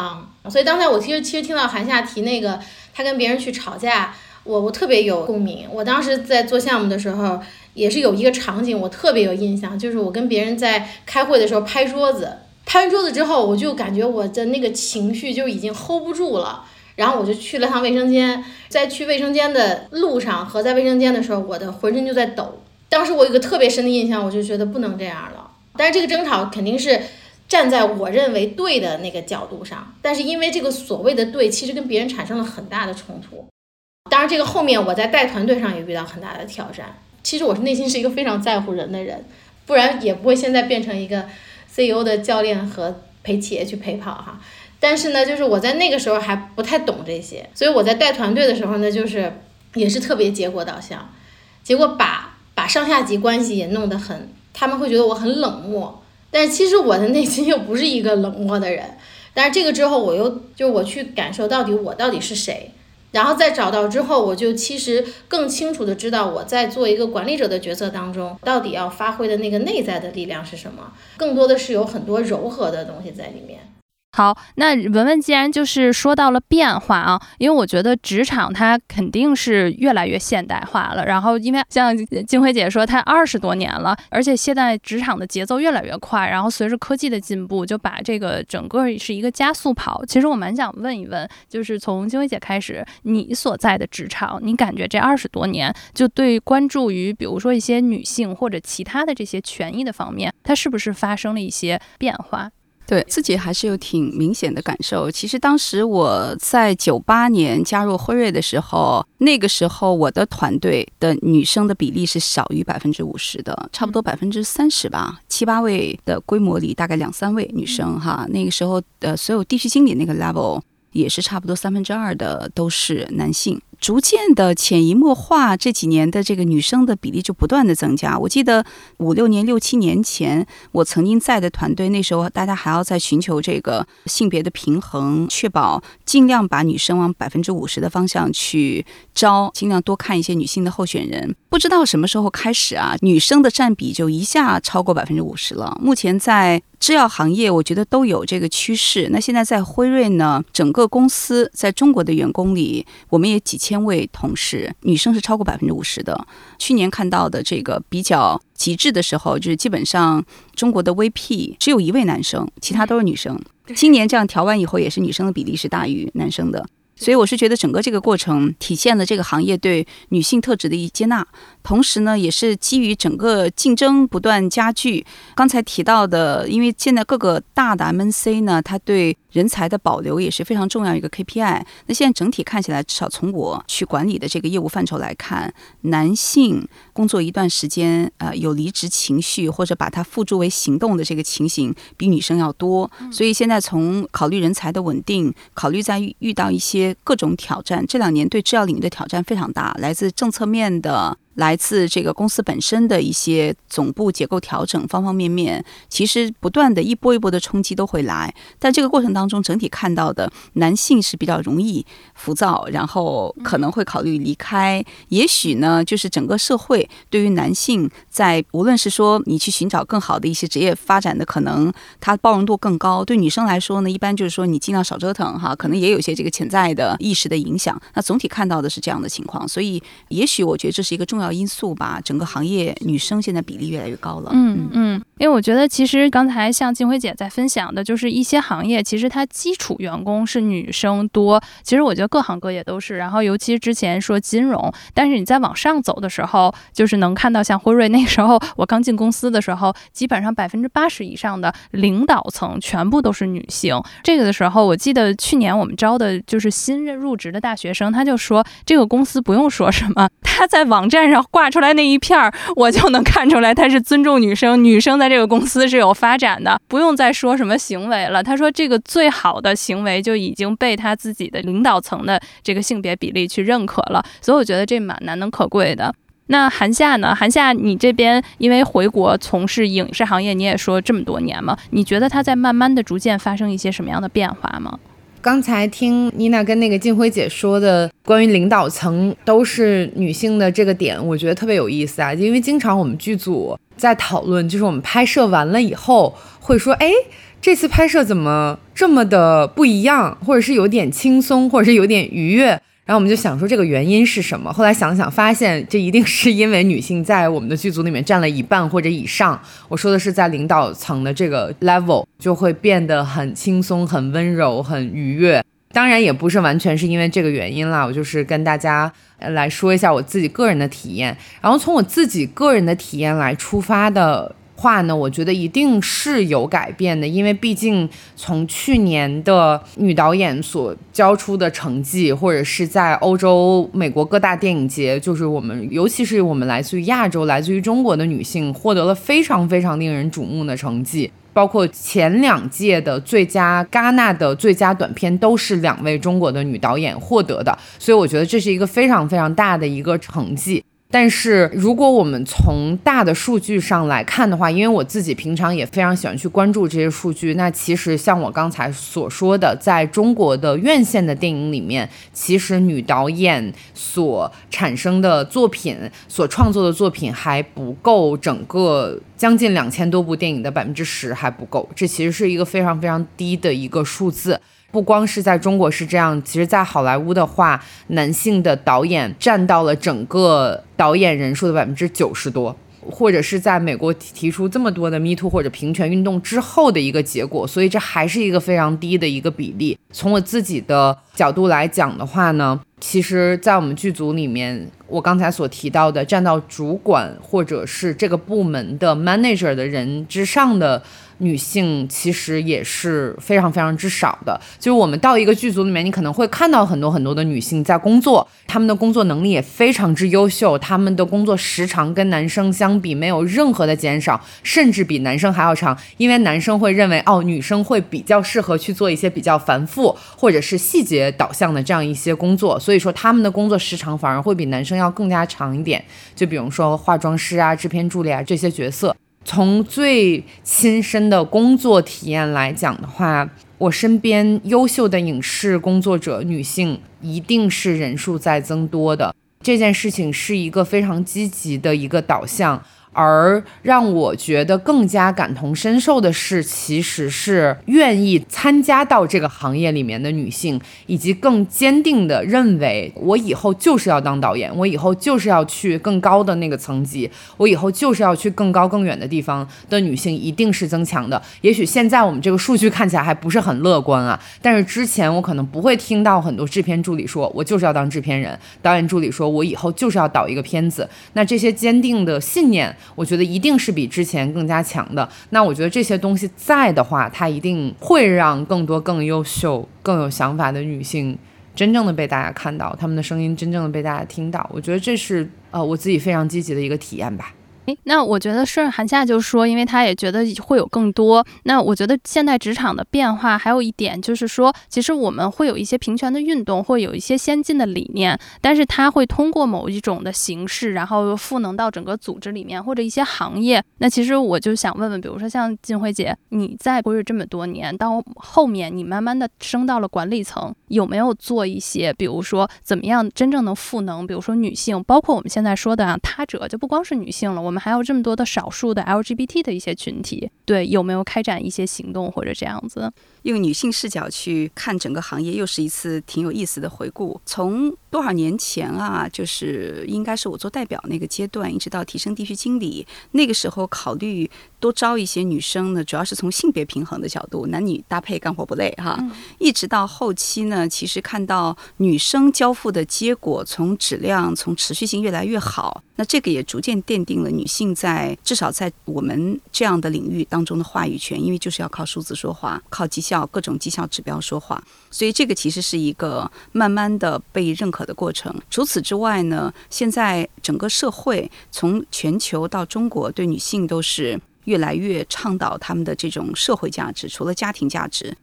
所以刚才我其实其实听到韩夏提那个他跟别人去吵架，我我特别有共鸣。我当时在做项目的时候，也是有一个场景我特别有印象，就是我跟别人在开会的时候拍桌子，拍完桌子之后，我就感觉我的那个情绪就已经 hold 不住了。然后我就去了趟卫生间，在去卫生间的路上和在卫生间的时候，我的浑身就在抖。当时我有一个特别深的印象，我就觉得不能这样了。但是这个争吵肯定是站在我认为对的那个角度上，但是因为这个所谓的对，其实跟别人产生了很大的冲突。当然这个后面我在带团队上也遇到很大的挑战。其实我是内心是一个非常在乎人的人，不然也不会现在变成一个 C E O 的教练和陪企业去陪跑哈。但是呢，就是我在那个时候还不太懂这些，所以我在带团队的时候呢，就是也是特别结果导向，结果把把上下级关系也弄得很，他们会觉得我很冷漠，但是其实我的内心又不是一个冷漠的人。但是这个之后，我又就我去感受到底我到底是谁，然后再找到之后，我就其实更清楚的知道我在做一个管理者的角色当中，到底要发挥的那个内在的力量是什么，更多的是有很多柔和的东西在里面。 好，那文文既然就是说到了变化啊，因为我觉得职场它肯定是越来越现代化了，然后因为像金辉姐说，她二十多年了，而且现在职场的节奏越来越快，然后随着科技的进步，就把这个整个是一个加速跑。其实我蛮想问一问，就是从金辉姐开始，你所在的职场，你感觉这二十多年就对关注于比如说一些女性或者其他的这些权益的方面，它是不是发生了一些变化？ 对自己还是有挺明显的感受。其实当时我在九八年加入辉瑞的时候，那个时候我的团队的女生的比例是少于百分之五十的，差不多百分之三十吧，七八位的规模里大概两三位女生哈。那个时候的所有地区经理那个 level 也是差不多三分之二的都是男性。逐渐的潜移默化，这几年的这个女生的比例就不断的增加。我记得五六年、六七年前，我曾经在的团队，那时候大家还要在寻求这个性别的平衡，确保尽量把女生往百分之五十的方向去招，尽量多看一些女性的候选人。不知道什么时候开始啊，女生的占比就一下超过百分之五十了。目前在制药行业，我觉得都有这个趋势。那现在在辉瑞呢，整个公司在中国的员工里，我们也几千位同事，女生是超过百分之五十的。去年看到的这个比较极致的时候，就是基本上中国的 V P 只有一位男生，其他都是女生。今年这样调完以后，也是女生的比例是大于男生的。所以我是觉得整个这个过程体现了这个行业对女性特质的一接纳，同时呢也是基于整个竞争不断加剧。刚才提到的，因为现在各个大的 M N C 呢，它对人才的保留也是非常重要一个 K P I。 那现在整体看起来，至少从我去管理的这个业务范畴来看，男性工作一段时间呃有离职情绪或者把它付诸为行动的这个情形比女生要多。所以现在从考虑人才的稳定，考虑在遇到一些各种挑战，这两年对制药领域的挑战非常大，来自政策面的，来自这个公司本身的一些总部结构调整，方方面面，其实不断的一波一波的冲击都会来。但这个过程当中，整体看到的男性是比较容易浮躁，然后可能会考虑离开。也许呢，就是整个社会对于男性在无论是说你去寻找更好的一些职业发展的可能，它包容度更高。对女生来说呢，一般就是说你尽量少折腾哈，可能也有一些这个潜在的意识的影响。那总体看到的是这样的情况，所以也许我觉得这是一个重要因素吧。整个行业女生现在比例越来越高了。 嗯嗯，因为我觉得其实刚才像金辉姐在分享的，就是一些行业其实它基础员工是女生多，其实我觉得各行各业都是。然后尤其之前说金融，但是你再往上走的时候，就是能看到像辉瑞那个时候我刚进公司的时候，基本上百分之八十以上的领导层全部都是女性。这个的时候，我记得去年我们招的就是新任入职的大学生，他就说这个公司不用说什么，他在网站上挂出来那一片儿，我就能看出来他是尊重女生，女生在这个公司是有发展的，不用再说什么行为了。他说这个最好的行为就已经被他自己的领导层的这个性别比例去认可了，所以我觉得这蛮难能可贵的。那韩夏呢？韩夏，你这边因为回国从事影视行业，你也说这么多年嘛，你觉得它在慢慢的逐渐发生一些什么样的变化吗？ 刚才听妮娜跟那个静辉姐说的关于领导层都是女性的这个点，我觉得特别有意思啊。因为经常我们剧组在讨论，就是我们拍摄完了以后会说，哎，这次拍摄怎么这么的不一样，或者是有点轻松，或者是有点愉悦。然后我们就想说这个原因是什么，后来想想发现这一定是因为女性在我们的剧组里面占了一半或者以上，我说的是在领导层的这个 level 就会变得很轻松很温柔很愉悦。当然也不是完全是因为这个原因啦，我就是跟大家来说一下我自己个人的体验。然后从我自己个人的体验来出发的话呢，我觉得一定是有改变的，因为毕竟从去年的女导演所交出的成绩，或者是在欧洲美国各大电影节，就是我们尤其是我们来自于亚洲来自于中国的女性获得了非常非常令人瞩目的成绩，包括前两届的最佳戛纳的最佳短片都是两位中国的女导演获得的，所以我觉得这是一个非常非常大的一个成绩。但是如果我们从大的数据上来看的话，因为我自己平常也非常喜欢去关注这些数据，那其实像我刚才所说的，在中国的院线的电影里面，其实女导演所产生的作品所创作的作品还不够整个将近两千多部电影的百分之十还不够，这其实是一个非常非常低的一个数字。不光是在中国是这样，其实在好莱坞的话，男性的导演占到了整个导演人数的百分之九十多，或者是在美国提出这么多的 Me Too 或者平权运动之后的一个结果，所以这还是一个非常低的一个比例。从我自己的角度来讲的话呢，其实在我们剧组里面，我刚才所提到的站到主管或者是这个部门的 manager 的人之上的女性其实也是非常非常之少的。就是我们到一个剧组里面，你可能会看到很多很多的女性在工作，她们的工作能力也非常之优秀，她们的工作时长跟男生相比没有任何的减少，甚至比男生还要长。因为男生会认为哦，女生会比较适合去做一些比较繁复或者是细节导向的这样一些工作，所以说他们的工作时长反而会比男生要更加长一点。就比如说化妆师啊、制片助理啊这些角色。从最亲身的工作体验来讲的话，我身边优秀的影视工作者女性一定是人数在增多的，这件事情是一个非常积极的一个导向。而让我觉得更加感同身受的是，其实是愿意参加到这个行业里面的女性，以及更坚定的认为我以后就是要当导演，我以后就是要去更高的那个层级，我以后就是要去更高更远的地方的女性一定是增强的。也许现在我们这个数据看起来还不是很乐观啊，但是之前我可能不会听到很多制片助理说我就是要当制片人，导演助理说我以后就是要导一个片子。那这些坚定的信念我觉得一定是比之前更加强的。那我觉得这些东西在的话，它一定会让更多更优秀更有想法的女性真正的被大家看到，她们的声音真正的被大家听到。我觉得这是呃我自己非常积极的一个体验吧。 那我觉得顺着韩夏就说，因为他也觉得会有更多。那我觉得现在职场的变化还有一点就是说，其实我们会有一些平权的运动，会有一些先进的理念，但是它会通过某一种的形式，然后赋能到整个组织里面或者一些行业。那其实我就想问问，比如说像静辉姐，你在辉瑞这么多年，到后面你慢慢的升到了管理层，有没有做一些，比如说怎么样真正的赋能，比如说女性，包括我们现在说的啊，他者就不光是女性了，我们还有这么多的少数的 L G B T 的一些群体，对，有没有开展一些行动或者这样子？ 用女性视角去看整个行业，又是一次挺有意思的回顾。从多少年前啊，就是应该是我做代表那个阶段，一直到提升地区经理，那个时候考虑多招一些女生呢，主要是从性别平衡的角度，男女搭配干活不累哈。嗯、一直到后期呢，其实看到女生交付的结果，从质量、从持续性越来越好，那这个也逐渐奠定了女性在至少在我们这样的领域当中的话语权，因为就是要靠数字说话，靠绩效各种绩效指标说话，所以这个其实是一个慢慢的被认可的过程。除此之外呢，现在整个社会从全球到中国对女性都是越来越倡导他们的这种社会价值，除了家庭价值，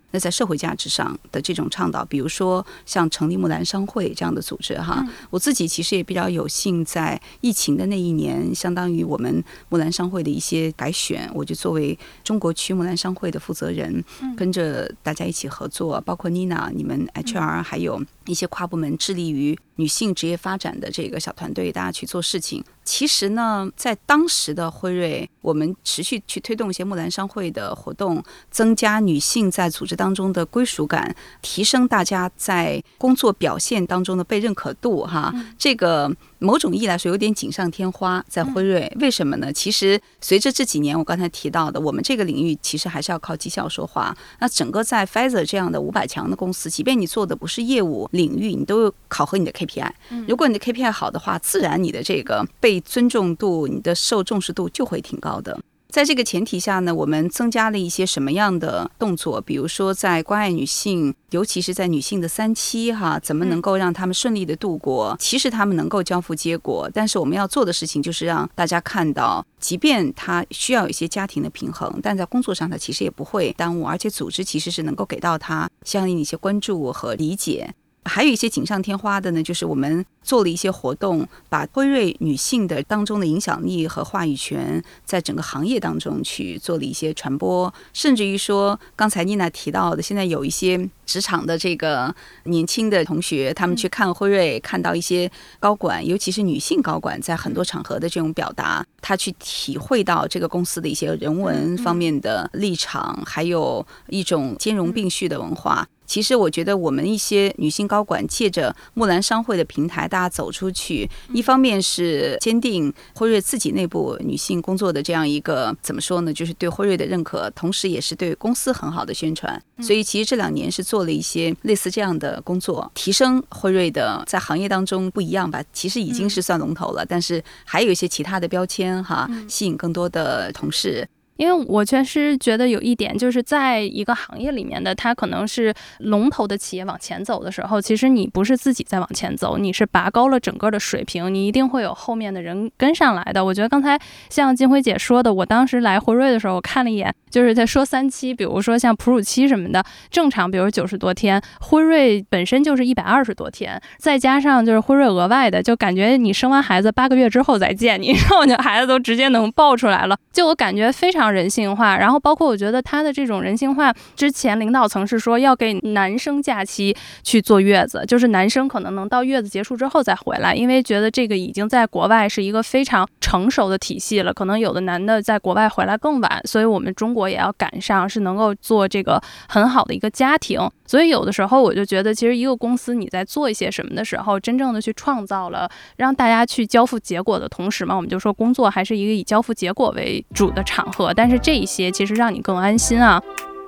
那在社会价值上的这种倡导，比如说像成立木兰商会这样的组织哈，嗯、我自己其实也比较有幸在疫情的那一年，相当于我们木兰商会的一些改选，我就作为中国区木兰商会的负责人，嗯、跟着大家一起合作，包括 Nina 你们 H R、嗯、还有一些跨部门致力于女性职业发展的这个小团队，大家去做事情。其实呢，在当时的辉瑞，我们持续去推动一些木兰商会的活动，增加女性在组织当中的归属感，提升大家在工作表现当中的被认可度哈。嗯、这个某种意义来说有点锦上添花，在辉瑞。为什么呢？其实随着这几年我刚才提到的，我们这个领域其实还是要靠绩效说话。那整个在 Pfizer 这样的五百强的公司，即便你做的不是业务领域，你都考核你的 K P I。如果你的 K P I 好的话，自然你的这个被尊重度、你的受重视度就会挺高的。在这个前提下呢，我们增加了一些什么样的动作？比如说在关爱女性，尤其是在女性的三期哈，怎么能够让她们顺利的度过？其实她们能够交付结果，但是我们要做的事情就是让大家看到，即便她需要有一些家庭的平衡，但在工作上她其实也不会耽误，而且组织其实是能够给到她相应的一些关注和理解。还有一些锦上添花的呢，就是我们做了一些活动，把辉瑞女性的当中的影响力和话语权在整个行业当中去做了一些传播，甚至于说刚才妮娜提到的，现在有一些职场的这个年轻的同学，他们去看辉瑞，看到一些高管，尤其是女性高管在很多场合的这种表达，他去体会到这个公司的一些人文方面的立场，还有一种兼容并蓄的文化。其实我觉得我们一些女性高管借着木兰商会的平台，大家走出去，一方面是坚定辉瑞自己内部女性工作的这样一个怎么说呢，就是对辉瑞的认可，同时也是对公司很好的宣传。所以其实这两年是做了一些类似这样的工作，提升辉瑞的在行业当中不一样吧，其实已经是算龙头了，但是还有一些其他的标签哈，吸引更多的同事。 因为我确实觉得有一点，就是在一个行业里面的，它可能是龙头的企业往前走的时候，其实你不是自己在往前走，你是拔高了整个的水平，你一定会有后面的人跟上来的。我觉得刚才像金辉姐说的，我当时来辉瑞的时候，我看了一眼，就是在说三期，比如说像哺乳期什么的，正常比如九十多天，辉瑞本身就是一百二十多天，再加上就是辉瑞额外的，就感觉你生完孩子八个月之后再见你，然后你孩子都直接能抱出来了，就我感觉非常人性化。然后包括我觉得他的这种人性化，之前领导层是说要给男生假期去坐月子，就是男生可能能到月子结束之后再回来，因为觉得这个已经在国外是一个非常成熟的体系了，可能有的男的在国外回来更晚，所以我们中国也要赶上，是能够做这个很好的一个家庭。所以有的时候我就觉得，其实一个公司你在做一些什么的时候，真正的去创造了让大家去交付结果的同时嘛，我们就说工作还是一个以交付结果为主的场合，但是这一些其实让你更安心啊。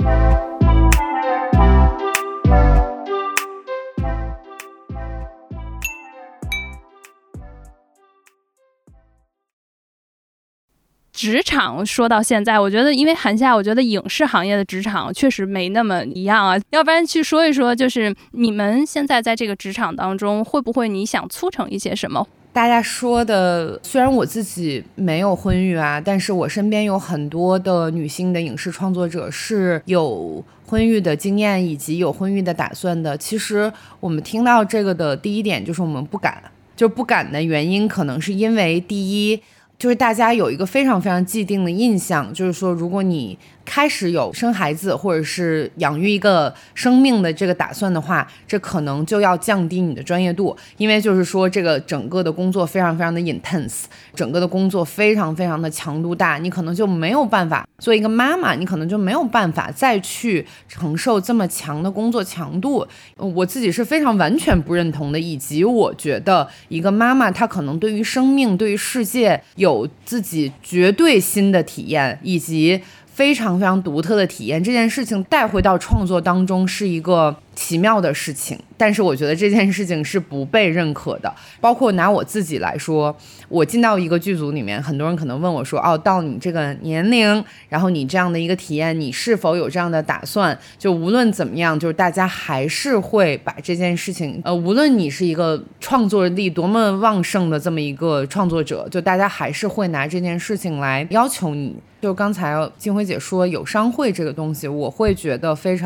职场说到现在，我觉得因为韩夏，我觉得影视行业的职场确实没那么一样啊。要不然去说一说，就是你们现在在这个职场当中，会不会你想促成一些什么？ 大家说的，虽然我自己没有婚育啊，但是我身边有很多的女性的影视创作者是有婚育的经验以及有婚育的打算的。其实我们听到这个的第一点就是我们不敢，就不敢的原因可能是因为第一，就是大家有一个非常非常既定的印象，就是说如果你开始有生孩子或者是养育一个生命的这个打算的话，这可能就要降低你的专业度，因为就是说这个整个的工作非常非常的 intense， 整个的工作非常非常的强度大，你可能就没有办法做一个妈妈，你可能就没有办法再去承受这么强的工作强度。我自己是非常完全不认同的，以及我觉得一个妈妈她可能对于生命对于世界有自己绝对新的体验以及非常非常独特的体验，这件事情带回到创作当中是一个奇妙的事情，但是我觉得这件事情是不被认可的。包括拿我自己来说，我进到一个剧组里面，很多人可能问我说，哦，到你这个年龄，然后你这样的一个体验，你是否有这样的打算？就无论怎么样，就是大家还是会把这件事情，呃，无论你是一个创作力多么旺盛的这么一个创作者，就大家还是会拿这件事情来要求你。就刚才金辉姐说有商会这个东西，我会觉得非常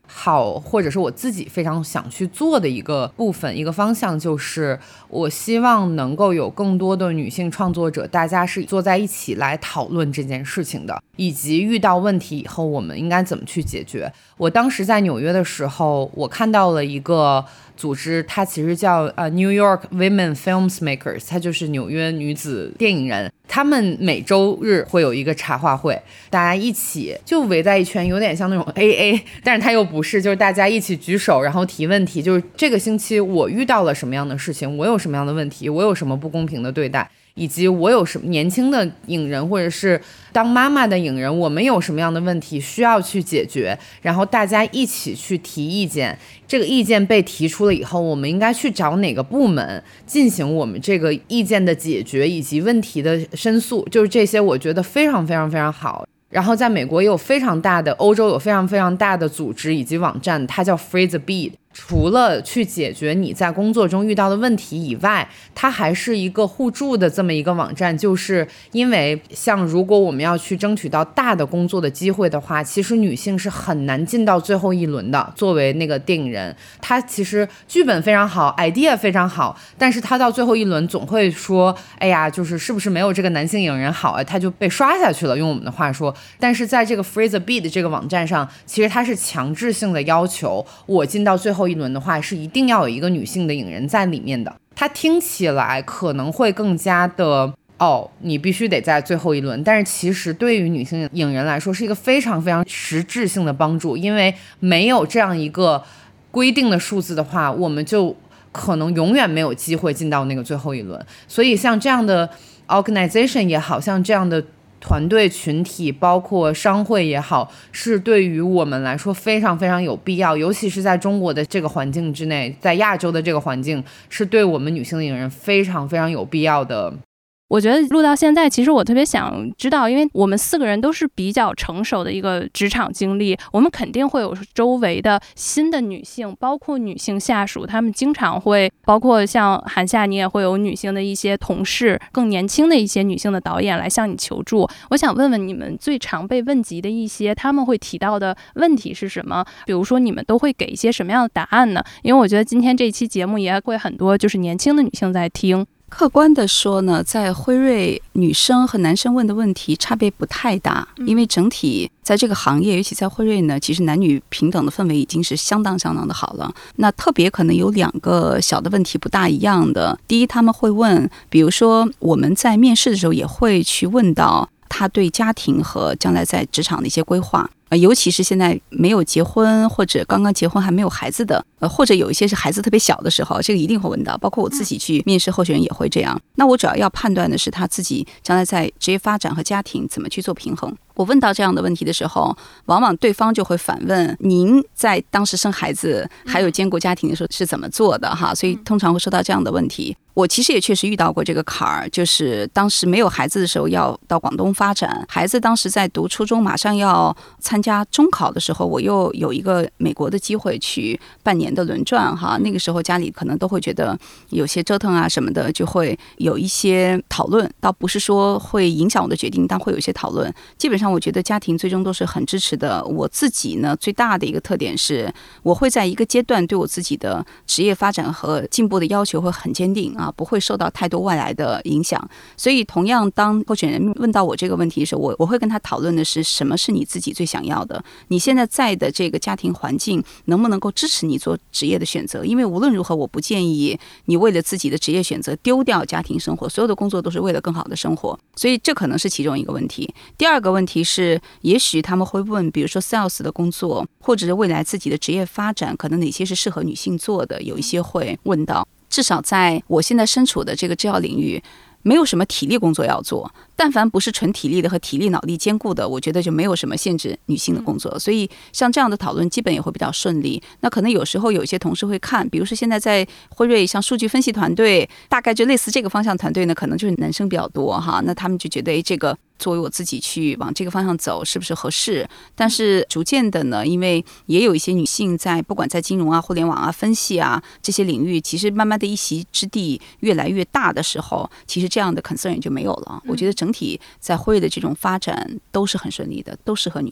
好，或者是我自己非常想去做的一个部分，一个方向，就是我希望能够有更多的女性创作者，大家是坐在一起来讨论这件事情的，以及遇到问题以后我们应该怎么去解决。我当时在纽约的时候，我看到了一个组织，它其实叫呃 New York Women Filmmakers， 它就是纽约女子电影人。他们每周日会有一个茶话会，大家一起就围在一圈，有点像那种 A A， 但是它又不是，就是大家一起举手然后提问题，就是这个星期我遇到了什么样的事情，我有什么样的问题，我有什么不公平的对待，以及我有什么年轻的影人或者是当妈妈的影人，我们有什么样的问题需要去解决，然后大家一起去提意见，这个意见被提出了以后，我们应该去找哪个部门进行我们这个意见的解决以及问题的申诉，就是这些我觉得非常非常非常好。然后在美国也有非常大的，欧洲有非常非常大的组织以及网站，它叫 Free the Beat，除了去解决你在工作中遇到的问题以外，它还是一个互助的这么一个网站。就是因为像如果我们要去争取到大的工作的机会的话，其实女性是很难进到最后一轮的。作为那个电影人，她其实剧本非常好， idea 非常好，但是她到最后一轮总会说，哎呀，就是是不是没有这个男性影人好啊，她就被刷下去了，用我们的话说。但是在这个 Free the Beat 这个网站上，其实它是强制性的要求，我进到最后一轮的话是一定要有一个女性的影人在里面的。它听起来可能会更加的哦，你必须得在最后一轮，但是其实对于女性影人来说是一个非常非常实质性的帮助，因为没有这样一个规定的数字的话，我们就可能永远没有机会进到那个最后一轮。所以像这样的 organization 也好，像这样的团队群体包括商会也好，是对于我们来说非常非常有必要，尤其是在中国的这个环境之内，在亚洲的这个环境，是对我们女性的影人非常非常有必要的。 我觉得录到现在，其实我特别想知道，因为我们四个人都是比较成熟的一个职场经历，我们肯定会有周围的新的女性，包括女性下属，她们经常会，包括像韩夏，你也会有女性的一些同事，更年轻的一些女性的导演来向你求助。我想问问你们最常被问及的一些他们会提到的问题是什么？比如说你们都会给一些什么样的答案呢？因为我觉得今天这期节目也会很多就是年轻的女性在听。 客观的说呢，在辉瑞女生和男生问的问题差别不太大，因为整体在这个行业，尤其在辉瑞呢，其实男女平等的氛围已经是相当相当的好了。那特别可能有两个小的问题不大一样的。第一，他们会问，比如说我们在面试的时候也会去问到他对家庭和将来在职场的一些规划，呃，尤其是现在没有结婚或者刚刚结婚还没有孩子的，呃，或者有一些是孩子特别小的时候，这个一定会问到，包括我自己去面试候选人也会这样。那我主要要判断的是他自己将来在职业发展和家庭怎么去做平衡。我问到这样的问题的时候，往往对方就会反问，您在当时生孩子还有兼顾家庭的时候是怎么做的哈？所以通常会收到这样的问题。我其实也确实遇到过这个坎儿，就是当时没有孩子的时候要到广东发展，孩子当时在读初中，马上要参加中考的时候，我又有一个美国的机会去半年的轮转哈。那个时候家里可能都会觉得有些折腾啊什么的，就会有一些讨论，倒不是说会影响我的决定，但会有一些讨论。基本上我觉得家庭最终都是很支持的。我自己呢，最大的一个特点是，我会在一个阶段对我自己的职业发展和进步的要求会很坚定啊，不会受到太多外来的影响。所以同样当候选人问到我这个问题的时候，我我会跟他讨论的是什么是你自己最想要的，你现在在的这个家庭环境能不能够支持你做职业的选择。因为无论如何我不建议你为了自己的职业选择丢掉家庭生活，所有的工作都是为了更好的生活，所以这可能是其中一个问题。第二个问题是，也许他们会问，比如说 sales 的工作，或者是未来自己的职业发展可能哪些是适合女性做的，有一些会问到。至少在我现在身处的这个制药领域，没有什么体力工作要做，但凡不是纯体力的和体力脑力兼顾的，我觉得就没有什么限制女性的工作。所以像这样的讨论基本也会比较顺利。那可能有时候有一些同事会看，比如说现在在辉瑞像数据分析团队，大概就类似这个方向团队呢，可能就是男生比较多哈，那他们就觉得诶，这个作为我自己去往这个方向走是不是合适。但是逐渐的呢，因为也有一些女性在不管在金融啊、互联网啊、分析啊这些领域，其实慢慢的一席之地越来越大的时候，其实这样的 concern 也就没有了。我觉得整体在辉瑞的这种发展都是很顺利的，都适合女性。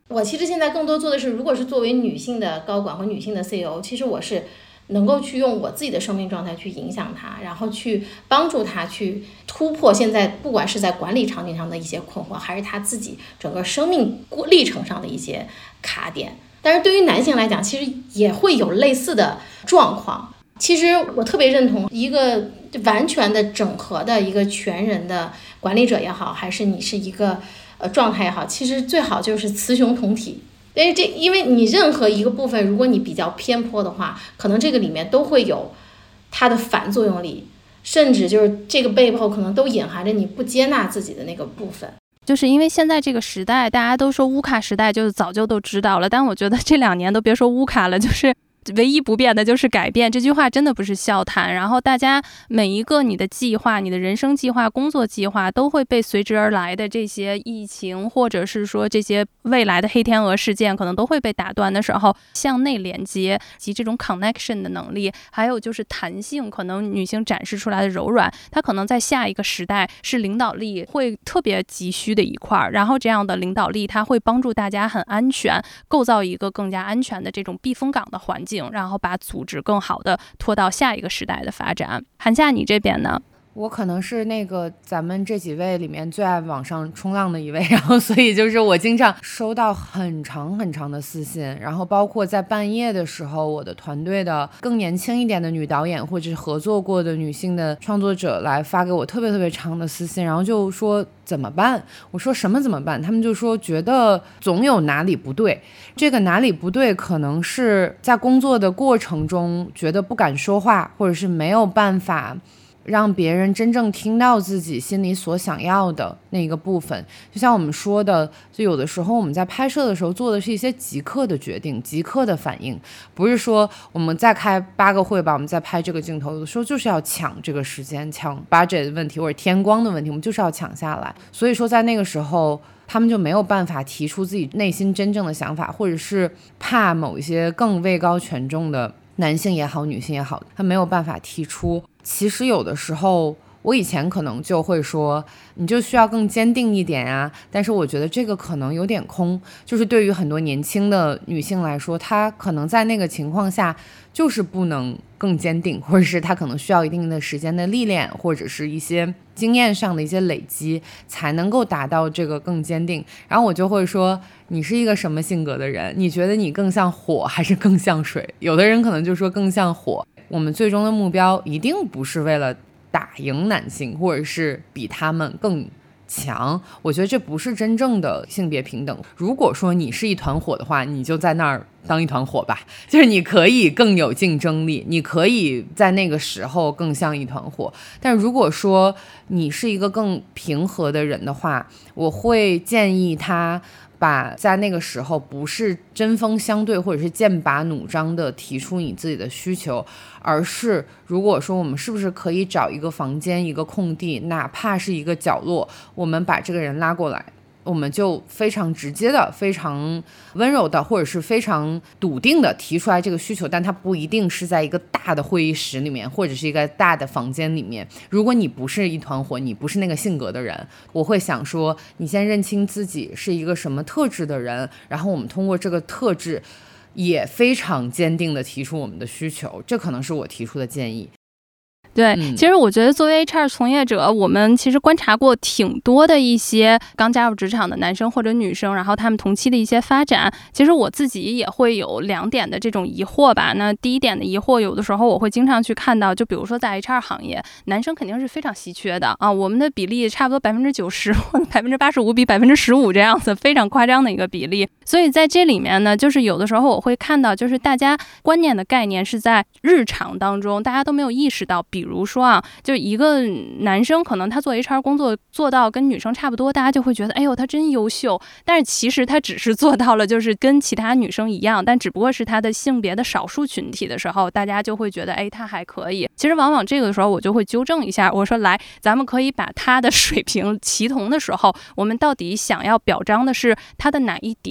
我其实现在更多做的是，如果是作为女性的高管和女性的 C E O， 其实我是能够去用我自己的生命状态去影响他，然后去帮助他去突破现在不管是在管理场景上的一些困惑，还是他自己整个生命历程上的一些卡点。但是对于男性来讲，其实也会有类似的状况。其实我特别认同一个完全的整合的一个全人的管理者也好，还是你是一个呃状态也好，其实最好就是雌雄同体。因为这，因为你任何一个部分，如果你比较偏颇的话，可能这个里面都会有它的反作用力，甚至就是这个背后可能都隐含着你不接纳自己的那个部分。 就是因为现在这个时代，大家都说乌卡时代，就是早就都知道了，但我觉得这两年都别说乌卡了，就是唯一不变的就是改变，这句话真的不是笑谈。然后大家每一个你的计划、你的人生计划、工作计划都会被随之而来的这些疫情，或者是说这些未来的黑天鹅事件，可能都会被打断的时候，向内连接及这种 connection 的能力，还有就是弹性，可能女性展示出来的柔软，它可能在下一个时代是领导力会特别急需的一块。然后这样的领导力，它会帮助大家很安全，构造一个更加安全的这种避风港的环境，然后把组织更好的拖到下一个时代的发展。韩夏，你这边呢？ 我可能是那个咱们这几位里面最爱网上冲浪的一位，然后所以就是我经常收到很长很长的私信，然后包括在半夜的时候，我的团队的更年轻一点的女导演或者是合作过的女性的创作者来发给我特别特别长的私信，然后就说怎么办？我说什么怎么办？他们就说觉得总有哪里不对，这个哪里不对可能是在工作的过程中觉得不敢说话，或者是没有办法让别人真正听到自己心里所想要的那个部分。就像我们说的，就有的时候我们在拍摄的时候做的是一些即刻的决定，即刻的反应，不是说我们再开八个会吧，我们再拍这个镜头，有的时候就是要抢这个时间，抢 budget 的问题或者天光的问题，我们就是要抢下来。所以说在那个时候他们就没有办法提出自己内心真正的想法，或者是怕某一些更位高权重的男性也好女性也好，他没有办法提出。其实有的时候我以前可能就会说你就需要更坚定一点啊，但是我觉得这个可能有点空，就是对于很多年轻的女性来说，她可能在那个情况下就是不能更坚定，或者是她可能需要一定的时间的历练，或者是一些经验上的一些累积才能够达到这个更坚定。然后我就会说你是一个什么性格的人，你觉得你更像火还是更像水？有的人可能就说更像火。我们最终的目标一定不是为了打赢男性，或者是比他们更强，我觉得这不是真正的性别平等。如果说你是一团火的话，你就在那儿当一团火吧，就是你可以更有竞争力，你可以在那个时候更像一团火。但如果说你是一个更平和的人的话，我会建议他把在那个时候不是针锋相对或者是剑拔弩张的提出你自己的需求，而是如果说我们是不是可以找一个房间一个空地，哪怕是一个角落，我们把这个人拉过来，我们就非常直接的非常温柔的或者是非常笃定的提出来这个需求，但它不一定是在一个大的会议室里面或者是一个大的房间里面。如果你不是一团火，你不是那个性格的人，我会想说你先认清自己是一个什么特质的人，然后我们通过这个特质也非常坚定的提出我们的需求，这可能是我提出的建议。 对，其实我觉得作为 H R 从业者，我们其实观察过挺多的一些刚加入职场的男生或者女生，然后他们同期的一些发展。其实我自己也会有两点的这种疑惑吧。那第一点的疑惑，有的时候我会经常去看到，就比如说在 H R 行业，男生肯定是非常稀缺的啊，我们的比例差不多百分之九十或者百分之八十五比百分之十五这样子，非常夸张的一个比例。所以在这里面呢，就是有的时候我会看到，就是大家观念的概念是在日常当中大家都没有意识到，比如说啊，就一个男生可能他做 H R 工作做到跟女生差不多，大家就会觉得哎呦他真优秀，但是其实他只是做到了就是跟其他女生一样，但只不过是他的性别的少数群体的时候，大家就会觉得哎他还可以。其实往往这个时候我就会纠正一下，我说来咱们可以把他的水平齐同的时候，我们到底想要表彰的是他的哪一点，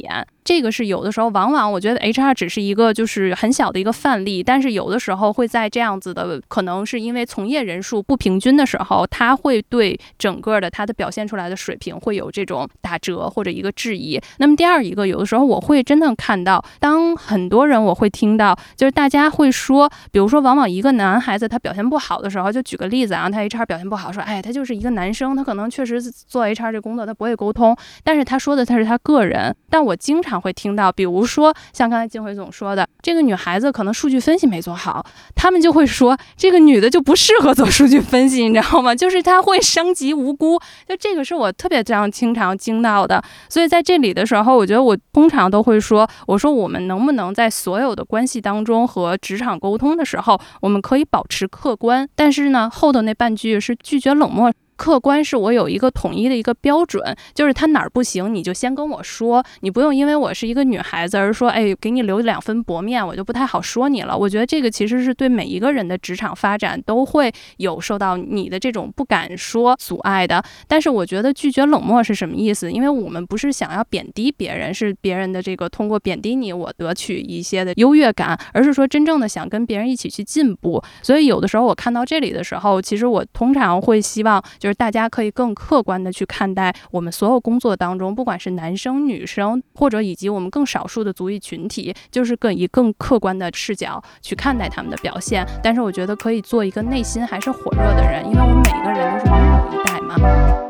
这个是有的时候往往我觉得 H R 只是一个就是很小的一个范例，但是有的时候会在这样子的可能是因为从业人数不平均的时候，他会对整个的他的表现出来的水平会有这种打折或者一个质疑。那么第二一个，有的时候我会真的看到，当很多人我会听到就是大家会说，比如说往往一个男孩子他表现不好的时候，就举个例子啊，他 H R 表现不好，说哎他就是一个男生，他可能确实做 H R 这工作他不会沟通，但是他说的他是他个人。但我经常会听到，比如说像刚才金辉总说的，这个女孩子可能数据分析没做好，他们就会说这个女的就不适合做数据分析，你知道吗？就是她会伤及无辜，就这个是我特别这样经常听到的。所以在这里的时候，我觉得我通常都会说，我说我们能不能在所有的关系当中和职场沟通的时候，我们可以保持客观，但是呢后头那半句是拒绝冷漠。客观是我有一个统一的一个标准，就是他哪儿不行你就先跟我说，你不用因为我是一个女孩子而说哎给你留两分薄面，我就不太好说你了。我觉得这个其实是对每一个人的职场发展都会有受到你的这种不敢说阻碍的。但是我觉得拒绝冷漠是什么意思？因为我们不是想要贬低别人，是别人的这个通过贬低你我得取一些的优越感，而是说真正的想跟别人一起去进步。所以有的时候我看到这里的时候，其实我通常会希望就是大家可以更客观的去看待我们所有工作当中，不管是男生女生，或者以及我们更少数的族裔群体，就是更以更客观的视角去看待他们的表现。但是我觉得可以做一个内心还是火热的人，因为我们每个人都是拥有一代嘛。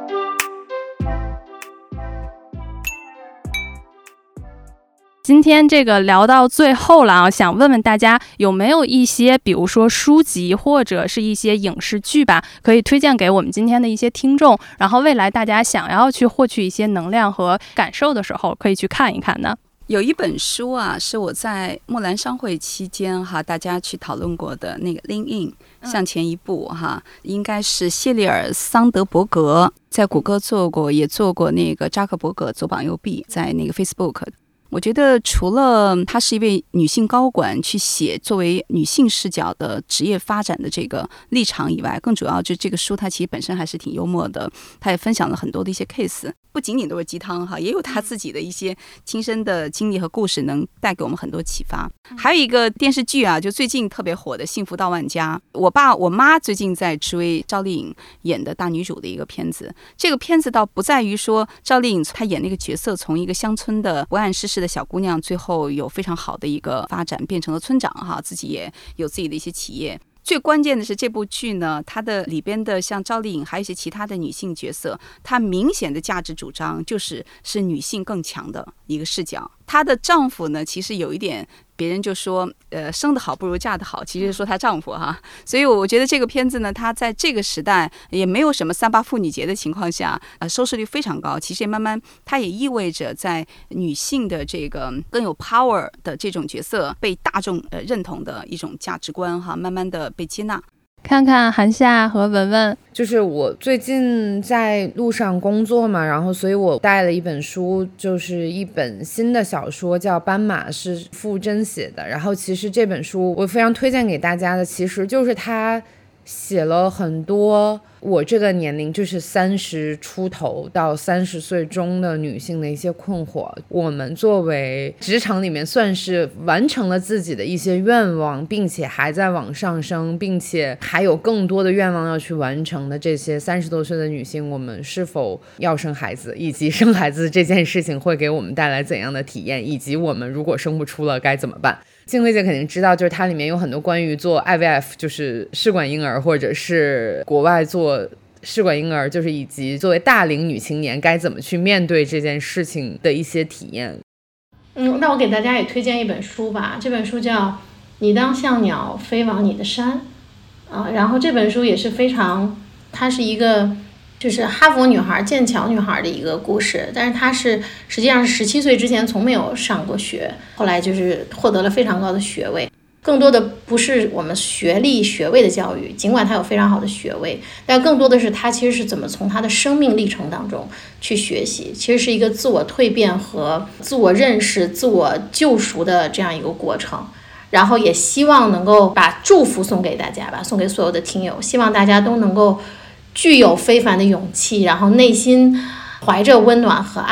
今天这个聊到最后了啊，想问问大家有没有一些比如说书籍或者是一些影视剧吧，可以推荐给我们今天的一些听众，然后未来大家想要去获取一些能量和感受的时候可以去看一看呢？ 有一本书啊，是我在木兰商会期间哈，大家去讨论过的那个 Lean In 向前一步哈，应该是谢利尔·桑德伯格在谷歌做过，也做过那个扎克伯格左膀右臂在那个 Facebook。我觉得除了她是一位女性高管去写作为女性视角的职业发展的这个立场以外，更主要就这个书它其实本身还是挺幽默的，她也分享了很多的一些 case， 不仅仅都是鸡汤哈，也有她自己的一些亲身的经历和故事，能带给我们很多启发。还有一个电视剧啊，就最近特别火的《幸福到万家》，我爸我妈最近在追赵丽颖演的大女主的一个片子。这个片子倒不在于说赵丽颖她演那个角色从一个乡村的不谙世事的小姑娘，最后有非常好的一个发展，变成了村长哈，自己也有自己的一些企业。最关键的是这部剧呢，它的里边的像赵丽颖还有一些其他的女性角色，她明显的价值主张就是是女性更强的一个视角。她的丈夫呢，其实有一点别人就说呃，生得好不如嫁得好，其实说她丈夫哈。所以我觉得这个片子呢，它在这个时代也没有什么三八妇女节的情况下，呃，收视率非常高。其实也慢慢它也意味着在女性的这个更有 power 的这种角色被大众呃认同的一种价值观哈，慢慢的被接纳。 看看韩夏和文文， 就是我最近在路上工作嘛，然后所以我带了一本书，就是一本新的小说叫《斑马》，是傅真写的。然后其实这本书我非常推荐给大家的，其实就是他写了很多我这个年龄，就是三十出头到三十岁中的女性的一些困惑。我们作为职场里面算是完成了自己的一些愿望，并且还在往上升，并且还有更多的愿望要去完成的这些三十多岁的女性，我们是否要生孩子，以及生孩子这件事情会给我们带来怎样的体验，以及我们如果生不出了该怎么办。静慧姐肯定知道，就是它里面有很多关于做 I V F， 就是试管婴儿，或者是国外做试管婴儿，就是以及作为大龄女青年该怎么去面对这件事情的一些体验。 嗯，那我给大家也推荐一本书吧，这本书叫《你当像鸟飞往你的山》啊，然后这本书也是非常，它是一个就是哈佛女孩剑桥女孩的一个故事，但是她是实际上是十七岁之前从没有上过学，后来就是获得了非常高的学位。更多的不是我们学历学位的教育，尽管她有非常好的学位，但更多的是她其实是怎么从她的生命历程当中去学习，其实是一个自我蜕变和自我认识、自我救赎的这样一个过程。然后也希望能够把祝福送给大家吧，送给所有的听友，希望大家都能够具有非凡的勇气，然后内心怀着温暖和爱，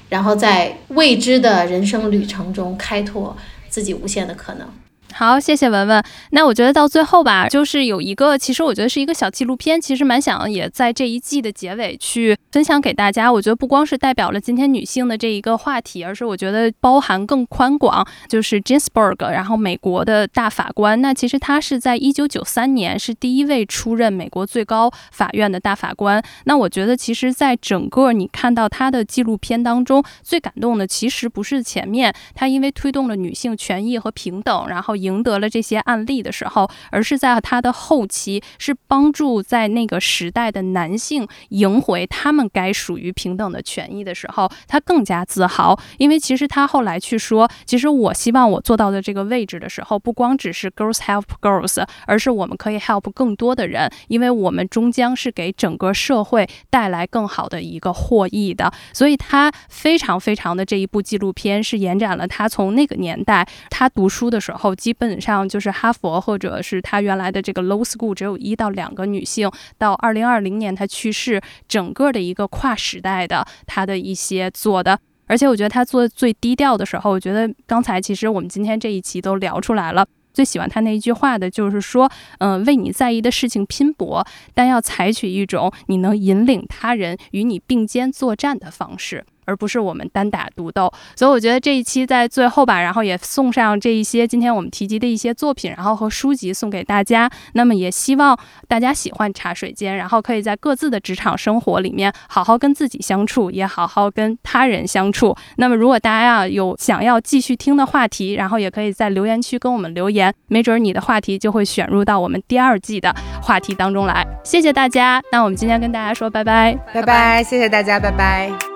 然后在未知的人生旅程中开拓自己无限的可能。 好，谢谢文文。那我觉得到最后吧，就是有一个，其实我觉得是一个小纪录片，其实蛮想也在这一季的结尾去分享给大家。我觉得不光是代表了今天女性的这一个话题，而是我觉得包含更宽广，就是 Ginsburg， 然后美国的大法官。那其实他是在一九九三年是第一位出任美国最高法院的大法官。那我觉得其实在整个你看到他的纪录片当中，最感动的其实不是前面他因为推动了女性权益和平等，然后赢得了这些案例的时候，而是在他的后期是帮助在那个时代的男性赢回他们该属于平等的权益的时候，他更加自豪。因为其实他后来去说，其实我希望我做到的这个位置的时候，不光只是 girls help girls， 而是我们可以 help 更多的人，因为我们终将是给整个社会带来更好的一个获益的。所以他非常非常的这一部纪录片是延展了他从那个年代他读书的时候，基本上就是哈佛或者是他原来的这个 law school 只有一到两个女性，到二零二零年他去世，整个的一个跨时代的他的一些做的。而且我觉得他做最低调的时候，我觉得刚才其实我们今天这一期都聊出来了，最喜欢他那一句话的就是说，嗯、呃，为你在意的事情拼搏，但要采取一种你能引领他人与你并肩作战的方式，而不是我们单打独斗。所以我觉得这一期在最后吧，然后也送上这一些今天我们提及的一些作品，然后和书籍送给大家。那么也希望大家喜欢茶水间，然后可以在各自的职场生活里面好好跟自己相处，也好好跟他人相处。那么如果大家有想要继续听的话题，然后也可以在留言区跟我们留言，没准你的话题就会选入到我们第二季的话题当中来。谢谢大家，那我们今天跟大家说拜拜， 拜拜，谢谢大家，拜拜。